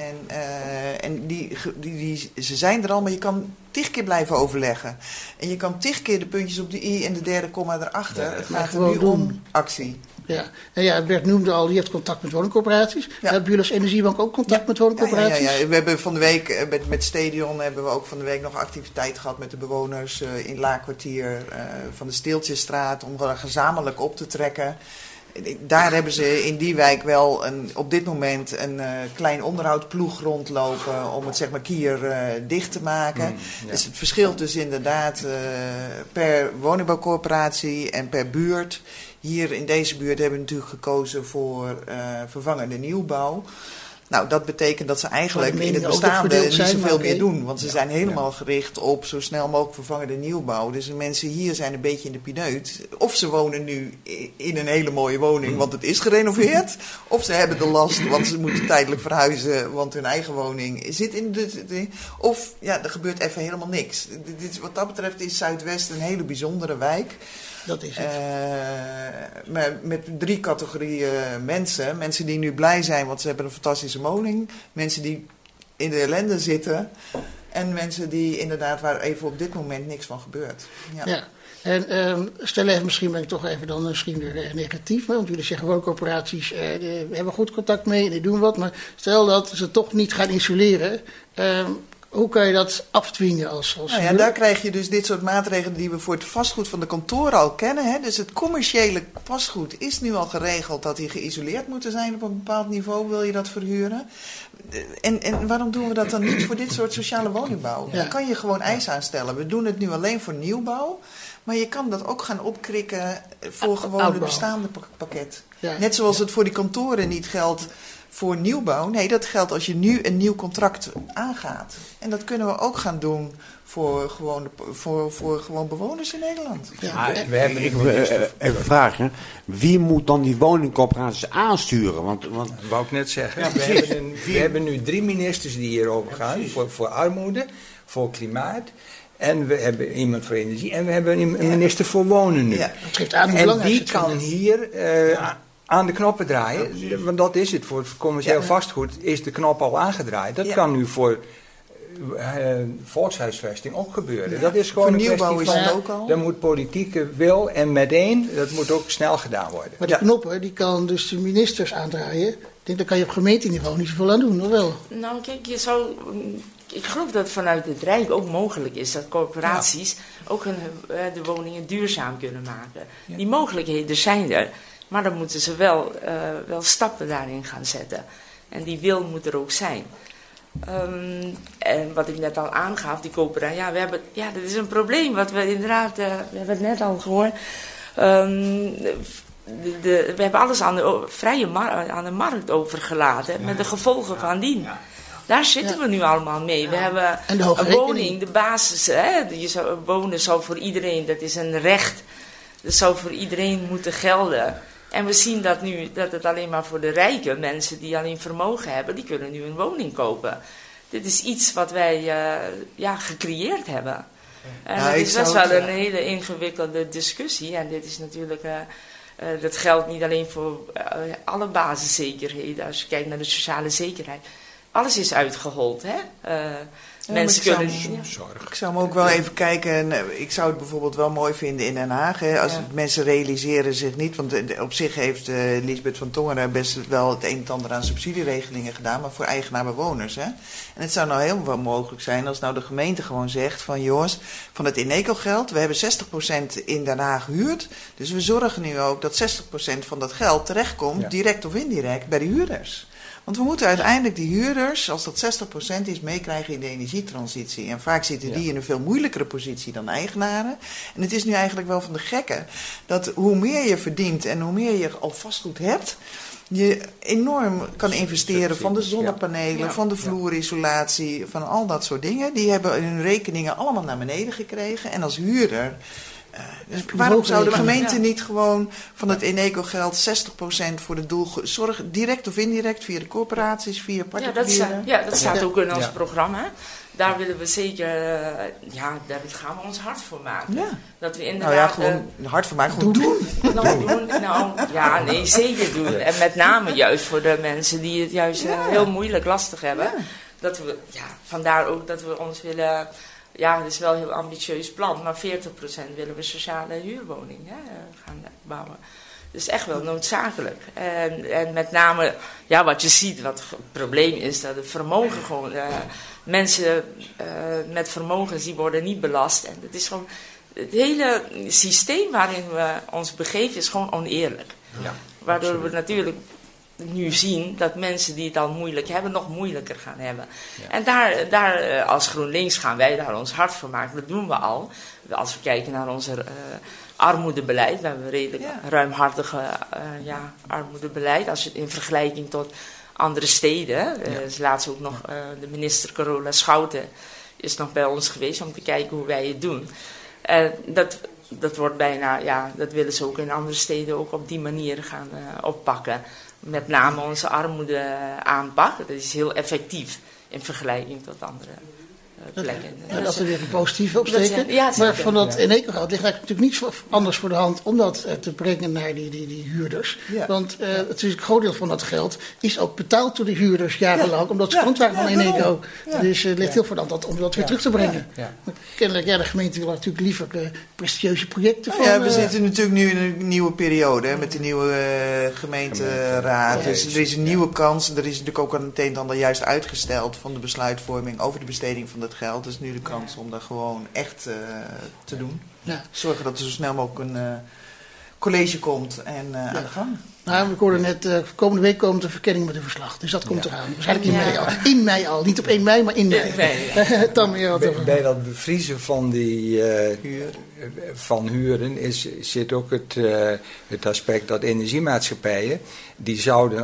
En ze zijn er al, maar je kan 10 keer blijven overleggen. En je kan 10 keer de puntjes op de i en de derde komma erachter. Het gaat er nu om actie. Ja, Bert noemde al, je hebt contact met woningcorporaties. Ja. Hebben jullie als Energiebank ook contact met woningcorporaties? Ja. We hebben van de week, met Stadion hebben we ook van de week nog activiteit gehad met de bewoners in Laakkwartier van de Steeltjesstraat om gezamenlijk op te trekken. Daar hebben ze in die wijk wel op dit moment een klein onderhoudsploeg rondlopen om het zeg maar kier dicht te maken. Dus het verschilt dus inderdaad per woningbouwcorporatie en per buurt. Hier in deze buurt hebben we natuurlijk gekozen voor vervangende nieuwbouw. Nou, dat betekent dat ze eigenlijk in het bestaande niet zoveel meer doen. Want ze zijn helemaal gericht op zo snel mogelijk vervangende nieuwbouw. Dus de mensen hier zijn een beetje in de pineut. Of ze wonen nu in een hele mooie woning, want het is gerenoveerd. Of ze hebben de last, want ze moeten tijdelijk verhuizen, want hun eigen woning zit in de... Of er gebeurt even helemaal niks. Wat dat betreft is Zuidwest een hele bijzondere wijk. Dat is het. Maar met 3 categorieën mensen. Mensen die nu blij zijn, want ze hebben een fantastische woning. Mensen die in de ellende zitten. En mensen die inderdaad waar even op dit moment niks van gebeurt. Ja. En stel even, misschien ben ik toch even dan misschien weer negatief. Want jullie zeggen woningcorporaties, we hebben goed contact mee en die doen wat. Maar stel dat ze toch niet gaan isoleren. Hoe kan je dat afdwingen als daar krijg je dus dit soort maatregelen die we voor het vastgoed van de kantoren al kennen. Hè? Dus het commerciële vastgoed is nu al geregeld dat die geïsoleerd moeten zijn op een bepaald niveau, wil je dat verhuren. En waarom doen we dat dan niet voor dit soort sociale woningbouw? Dan kan je gewoon eisen aanstellen. We doen het nu alleen voor nieuwbouw, maar je kan dat ook gaan opkrikken voor gewoon het bestaande pakket. Ja. Net zoals het voor die kantoren niet geldt voor nieuwbouw. Nee, dat geldt als je nu een nieuw contract aangaat. En dat kunnen we ook gaan doen voor gewoon bewoners in Nederland. Ja, we hebben even vragen. Wie moet dan die woningcorporaties aansturen? Want wou ik net zeggen. We hebben nu 3 ministers die hierover gaan. Voor armoede, voor klimaat. En we hebben iemand voor energie. En we hebben een minister voor wonen nu. Ja, dat geeft aan hoe en die kan hier aan de knoppen draaien. Want dat is het. Voor commercieel vastgoed is de knop al aangedraaid. Dat kan nu voor volkshuisvesting ook gebeuren. Ja. Dat is gewoon een kwestie van, het ook al. Er moet politieke wil en meteen, dat moet ook snel gedaan worden. Maar die knoppen, die kan dus de ministers aandraaien. Ik denk, daar kan je op gemeenteniveau niet zoveel aan doen, of wel? Nou, kijk, ik geloof dat vanuit het Rijk ook mogelijk is dat corporaties ook de woningen duurzaam kunnen maken. Ja. Die mogelijkheden zijn er, maar dan moeten ze wel stappen daarin gaan zetten. En die wil moet er ook zijn. En wat ik net al aangaf, die coöperatie, dat is een probleem wat we inderdaad, we hebben het net al gehoord. we hebben alles aan de markt overgelaten. Met de gevolgen van dien. Daar zitten we nu allemaal mee. We hebben een woning, de basis. Wonen zou voor iedereen, dat is een recht. Dat zou voor iedereen moeten gelden. En we zien dat nu, dat het alleen maar voor de rijke mensen die alleen vermogen hebben, die kunnen nu een woning kopen. Dit is iets wat wij gecreëerd hebben. En dat is best wel een hele ingewikkelde discussie. En dit is natuurlijk, dat geldt niet alleen voor alle basiszekerheden. Als je kijkt naar de sociale zekerheid. Alles is uitgehold, hè? Mensen kunnen zorg. Ik zou me ook wel even kijken. Ik zou het bijvoorbeeld wel mooi vinden in Den Haag. Hè, als mensen realiseren zich niet. Want op zich heeft Liesbeth van Tongeren best wel het een en ander aan subsidieregelingen gedaan. Maar voor eigenaar-bewoners. Hè. En het zou nou heel wel mogelijk zijn als nou de gemeente gewoon zegt van jongens, van het Eneco-geld. We hebben 60% in Den Haag huurt. Dus we zorgen nu ook dat 60% van dat geld terechtkomt, direct of indirect, bij de huurders. Want we moeten uiteindelijk die huurders, als dat 60% is, meekrijgen in de energietransitie. En vaak zitten die in een veel moeilijkere positie dan eigenaren. En het is nu eigenlijk wel van de gekke dat hoe meer je verdient en hoe meer je al vastgoed hebt, je enorm kan investeren van de zonnepanelen, van de vloerisolatie, van al dat soort dingen. Die hebben hun rekeningen allemaal naar beneden gekregen. En als huurder, dus waarom zou de gemeente niet gewoon van het Eneco-geld 60% voor het doel zorgen, direct of indirect, via de corporaties, via particulieren? Dat staat ook in ons programma. Daar willen we zeker, daar gaan we ons hard voor maken. Ja. Dat we inderdaad, gewoon hard voor maken, gewoon doen. Zeker doen. En met name juist voor de mensen die het juist heel moeilijk lastig hebben. Ja. Dat we, vandaar ook dat we ons willen. Ja, het is wel een heel ambitieus plan, maar 40% willen we sociale huurwoningen gaan bouwen. Dat is echt wel noodzakelijk. En met name, wat je ziet, wat het probleem is, dat het vermogen gewoon, mensen met vermogens, die worden niet belast. En het is gewoon, het hele systeem waarin we ons begeven is gewoon oneerlijk. Ja, waardoor absoluut. We natuurlijk nu zien dat mensen die het al moeilijk hebben, nog moeilijker gaan hebben. Ja. En daar als GroenLinks gaan wij daar ons hard voor maken. Dat doen we al. Als we kijken naar onze armoedebeleid, we hebben een redelijk ruimhartige armoedebeleid. Als je in vergelijking tot andere steden. Dus laatst ook nog de minister Carola Schouten is nog bij ons geweest om te kijken hoe wij het doen. Dat wordt bijna, dat willen ze ook in andere steden ook op die manier gaan oppakken. Met name onze armoede aanpak. Dat is heel effectief in vergelijking tot andere plekken. Dat is weer een positieve opsteken. Maar van dat Eneco-geld ligt natuurlijk niets anders voor de hand om dat te brengen naar die huurders. Ja. Want het is een groot deel van dat geld is ook betaald door de huurders jarenlang, omdat ze klant waren van Eneco. Ja. Dus het ligt heel voor de hand om dat weer terug te brengen. Ja. Kennelijk, de gemeente wil natuurlijk liever prestigieuze projecten van. Ja, we zitten natuurlijk nu in een nieuwe periode met de nieuwe gemeenteraad. Dus er is een nieuwe kans. Er is natuurlijk ook een en ander juist uitgesteld van de besluitvorming over de besteding van het geld. Dus nu de kans om dat gewoon echt te doen. Ja. Zorgen dat er zo snel mogelijk een college komt en aan de gang. Nou, we hoorden net, komende week komt de verkenning met een verslag. Dus dat komt eraan. Waarschijnlijk in mei al. In mei al. Niet op 1 mei, maar in mei. Dan weer wat over. Bij dat bevriezen van die van huren zit ook het aspect dat energiemaatschappijen, die zouden,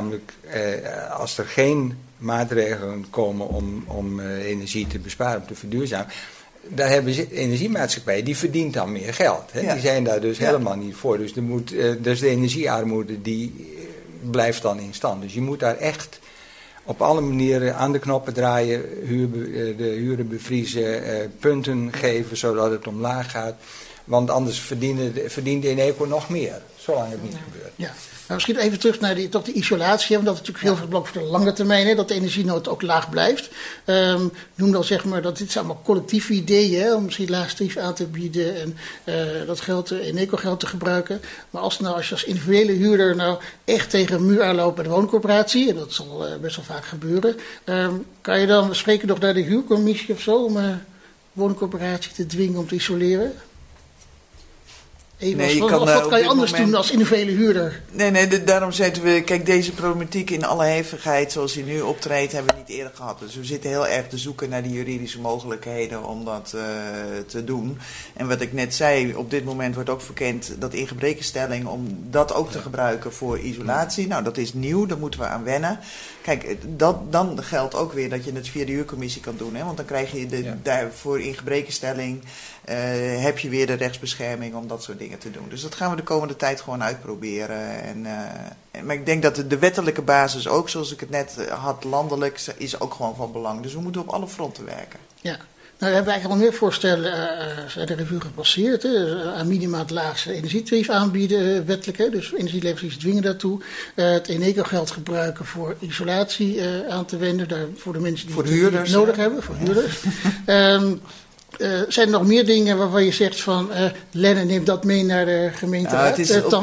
als er geen maatregelen komen om energie te besparen, om te verduurzamen, daar hebben ze energiemaatschappijen, die verdient dan meer geld. Hè? Ja. Die zijn daar dus helemaal niet voor. Dus dus de energiearmoede die blijft dan in stand. Dus je moet daar echt op alle manieren aan de knoppen draaien, de huren bevriezen, punten geven zodat het omlaag gaat. Want anders verdient de Eneco nog meer, zolang het niet gebeurt. Ja. Nou, misschien even terug naar de isolatie. Want dat is natuurlijk heel veel belangrijk voor de lange termijn. Hè, dat de energienood ook laag blijft. Noem dan zeg maar dat dit zijn allemaal collectieve ideeën. Hè, om misschien laagste tarief aan te bieden. En dat geld, Eneco-geld te gebruiken. Maar als je als individuele huurder nou echt tegen een muur aanloopt bij de wooncorporatie. En dat zal best wel vaak gebeuren. Kan je dan spreken nog naar de huurcommissie of zo. Om een wooncorporatie te dwingen om te isoleren? Wat kan je anders doen als individuele huurder? Nee, daarom zeiden we, kijk, deze problematiek in alle hevigheid zoals die nu optreedt, hebben we niet eerder gehad. Dus we zitten heel erg te zoeken naar die juridische mogelijkheden om dat te doen. En wat ik net zei, op dit moment wordt ook verkend dat ingebrekenstelling om dat ook te gebruiken voor isolatie. Nou, dat is nieuw, daar moeten we aan wennen. Kijk, dan geldt ook weer dat je het via de huurcommissie kan doen. Hè? Want dan krijg je daarvoor ingebrekenstelling heb je weer de rechtsbescherming om dat soort dingen te doen. Dus dat gaan we de komende tijd gewoon uitproberen. Maar ik denk dat de wettelijke basis ook, zoals ik het net had, landelijk, is ook gewoon van belang. Dus we moeten op alle fronten werken. Ja. Nou, we hebben eigenlijk al meer voorstellen zijn de revue gepasseerd. Hè. Aan minima het laagste energietarief aanbieden, wettelijk. Hè. Dus energieleveranciers dwingen daartoe. Het Eneco-geld gebruiken voor isolatie aan te wenden. Voor de mensen die het nodig hebben, voor huurders. Zijn er nog meer dingen waarvan je zegt van Lenne neemt dat mee naar de gemeenteraad?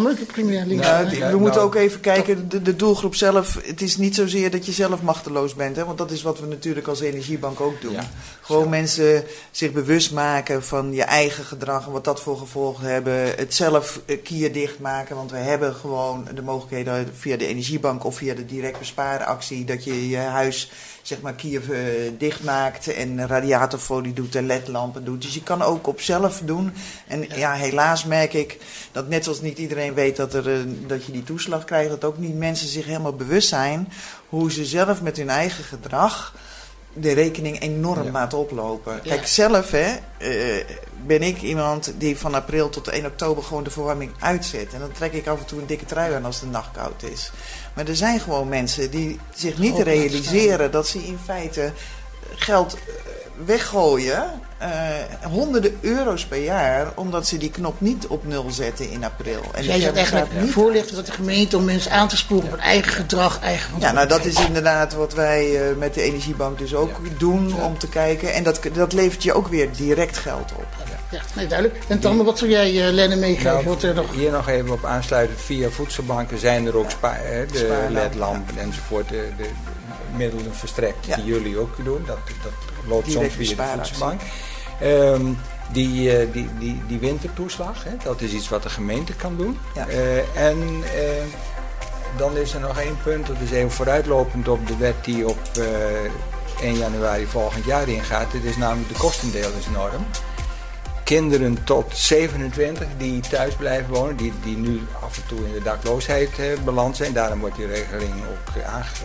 We moeten ook even kijken, de doelgroep zelf, het is niet zozeer dat je zelf machteloos bent, hè, want dat is wat we natuurlijk als energiebank ook doen. Ja, gewoon mensen zich bewust maken van je eigen gedrag en wat dat voor gevolgen hebben. Het zelf kierdicht maken, want we hebben gewoon de mogelijkheden via de energiebank of via de direct bespaaractie dat je je huis zeg maar kier dicht maakt en radiatorfolie doet en ledlampen doet. Dus je kan ook op zelf doen. En ja, helaas merk ik dat net zoals niet iedereen weet dat je die toeslag krijgt, dat ook niet mensen zich helemaal bewust zijn hoe ze zelf met hun eigen gedrag de rekening enorm laat oplopen. Ja. Kijk, zelf ben ik iemand die van april tot 1 oktober gewoon de verwarming uitzet. En dan trek ik af en toe een dikke trui aan als de nacht koud is. Maar er zijn gewoon mensen die zich niet realiseren dat ze in feite geld weggooien, honderden euro's per jaar, omdat ze die knop niet op 0 zetten in april. En jij zegt eigenlijk voorlichten dat de gemeente om mensen aan te sporen op hun eigen gedrag, Ja, nou dat is inderdaad wat wij met de Energiebank dus ook doen om te kijken. En dat levert je ook weer direct geld op. Ja, nee, duidelijk. En Tamme, wat zou jij Lenne meegeven? Nou, hier nog even op aansluiten. Via voedselbanken zijn er ook de ledlampen enzovoort, de middelen verstrekt die jullie ook doen. Dat loopt soms via de voedselbank. Die wintertoeslag, dat is iets wat de gemeente kan doen. Ja. Dan is er nog één punt, dat is even vooruitlopend op de wet die op 1 januari volgend jaar ingaat. Dit is namelijk de kostendelingsnorm. Kinderen tot 27 die thuis blijven wonen, die nu af en toe in de dakloosheid beland zijn. Daarom wordt die regeling ook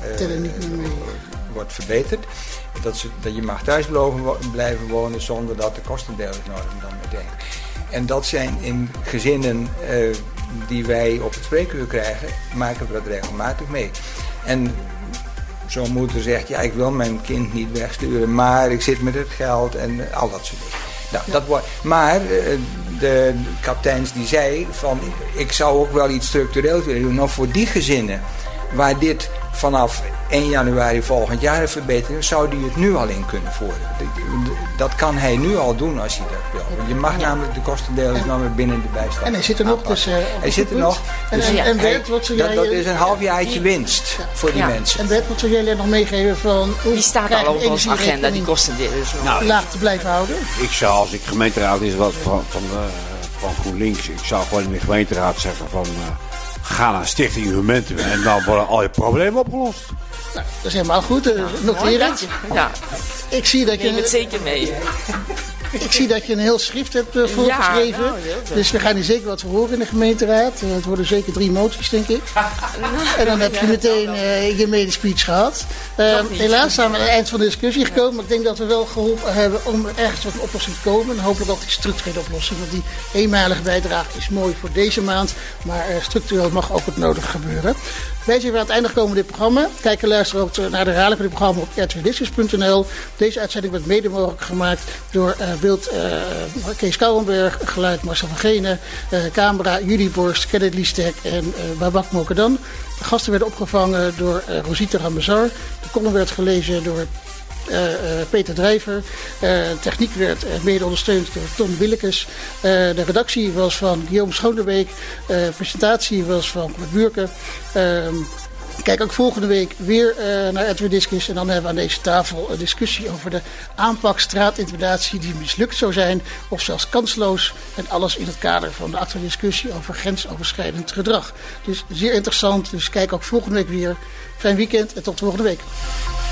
wordt verbeterd. Dat je mag thuis blijven wonen zonder dat de kostendelingsnorm dan meteen. En dat zijn in gezinnen die wij op het spreekuur krijgen, maken we dat regelmatig mee. En zo'n moeder zegt, ja, ik wil mijn kind niet wegsturen, maar ik zit met het geld en al dat soort dingen. Nou, maar de kapiteins die zei van, ik zou ook wel iets structureels willen doen. Nou, voor die gezinnen waar dit vanaf 1 januari volgend jaar verbetert, zou die het nu al in kunnen voeren. Dat kan hij nu al doen als hij dat wil. Je mag namelijk de kostendelingsnormen binnen de bijstand. En hij zit er nog. Hij zit er nog. En Bert, wat zou jij... Dat is een halfjaartje winst voor die mensen. En Bert, wat zou jij nog meegeven van... Die staat al op onze agenda, die kostendelingsnormen. Laag te blijven houden? Ik zou, als ik gemeenteraad is van GroenLinks, ik zou gewoon in de gemeenteraad zeggen van... ga naar Stichting Humentum en dan worden al je problemen opgelost. Nou, dat is helemaal goed. Noteer het. Ja. Ik zie dat je het zeker mee. Ik zie dat je een heel schrift hebt voorgeschreven. Ja, dus we gaan hier zeker wat voor horen in de gemeenteraad. Het worden zeker 3 moties, denk ik. En dan heb je meteen je medespeech gehad. Helaas zijn we aan het eind van de discussie gekomen. Maar ik denk dat we wel geholpen hebben om ergens tot een oplossing te komen. En hopelijk dat die structurele oplossing. Want die eenmalige bijdrage is mooi voor deze maand. Maar structureel mag ook het nodig gebeuren. Wij zijn weer aan het einde gekomen van dit programma. Kijk en luister ook naar de herhaling van dit programma op rtvdiscus.nl. Deze uitzending werd mede mogelijk gemaakt door beeld Kees Kouwenberg, geluid Marcel van Genen, camera Julie Borst, Kenneth Liestek en Babak Mokadan. De gasten werden opgevangen door Rosita Ramazar. De column werd gelezen door Peter Drijver. Techniek werd mede ondersteund door Tom Willekes. De redactie was van Guillaume Schoonderbeek. Presentatie was van Kort Buurke. Kijk ook volgende week weer naar Edwin Discus. En dan hebben we aan deze tafel een discussie over de aanpak straatintimidatie die mislukt zou zijn of zelfs kansloos. En alles in het kader van de actuele discussie over grensoverschrijdend gedrag. Dus zeer interessant. Dus kijk ook volgende week weer. Fijn weekend en tot volgende week.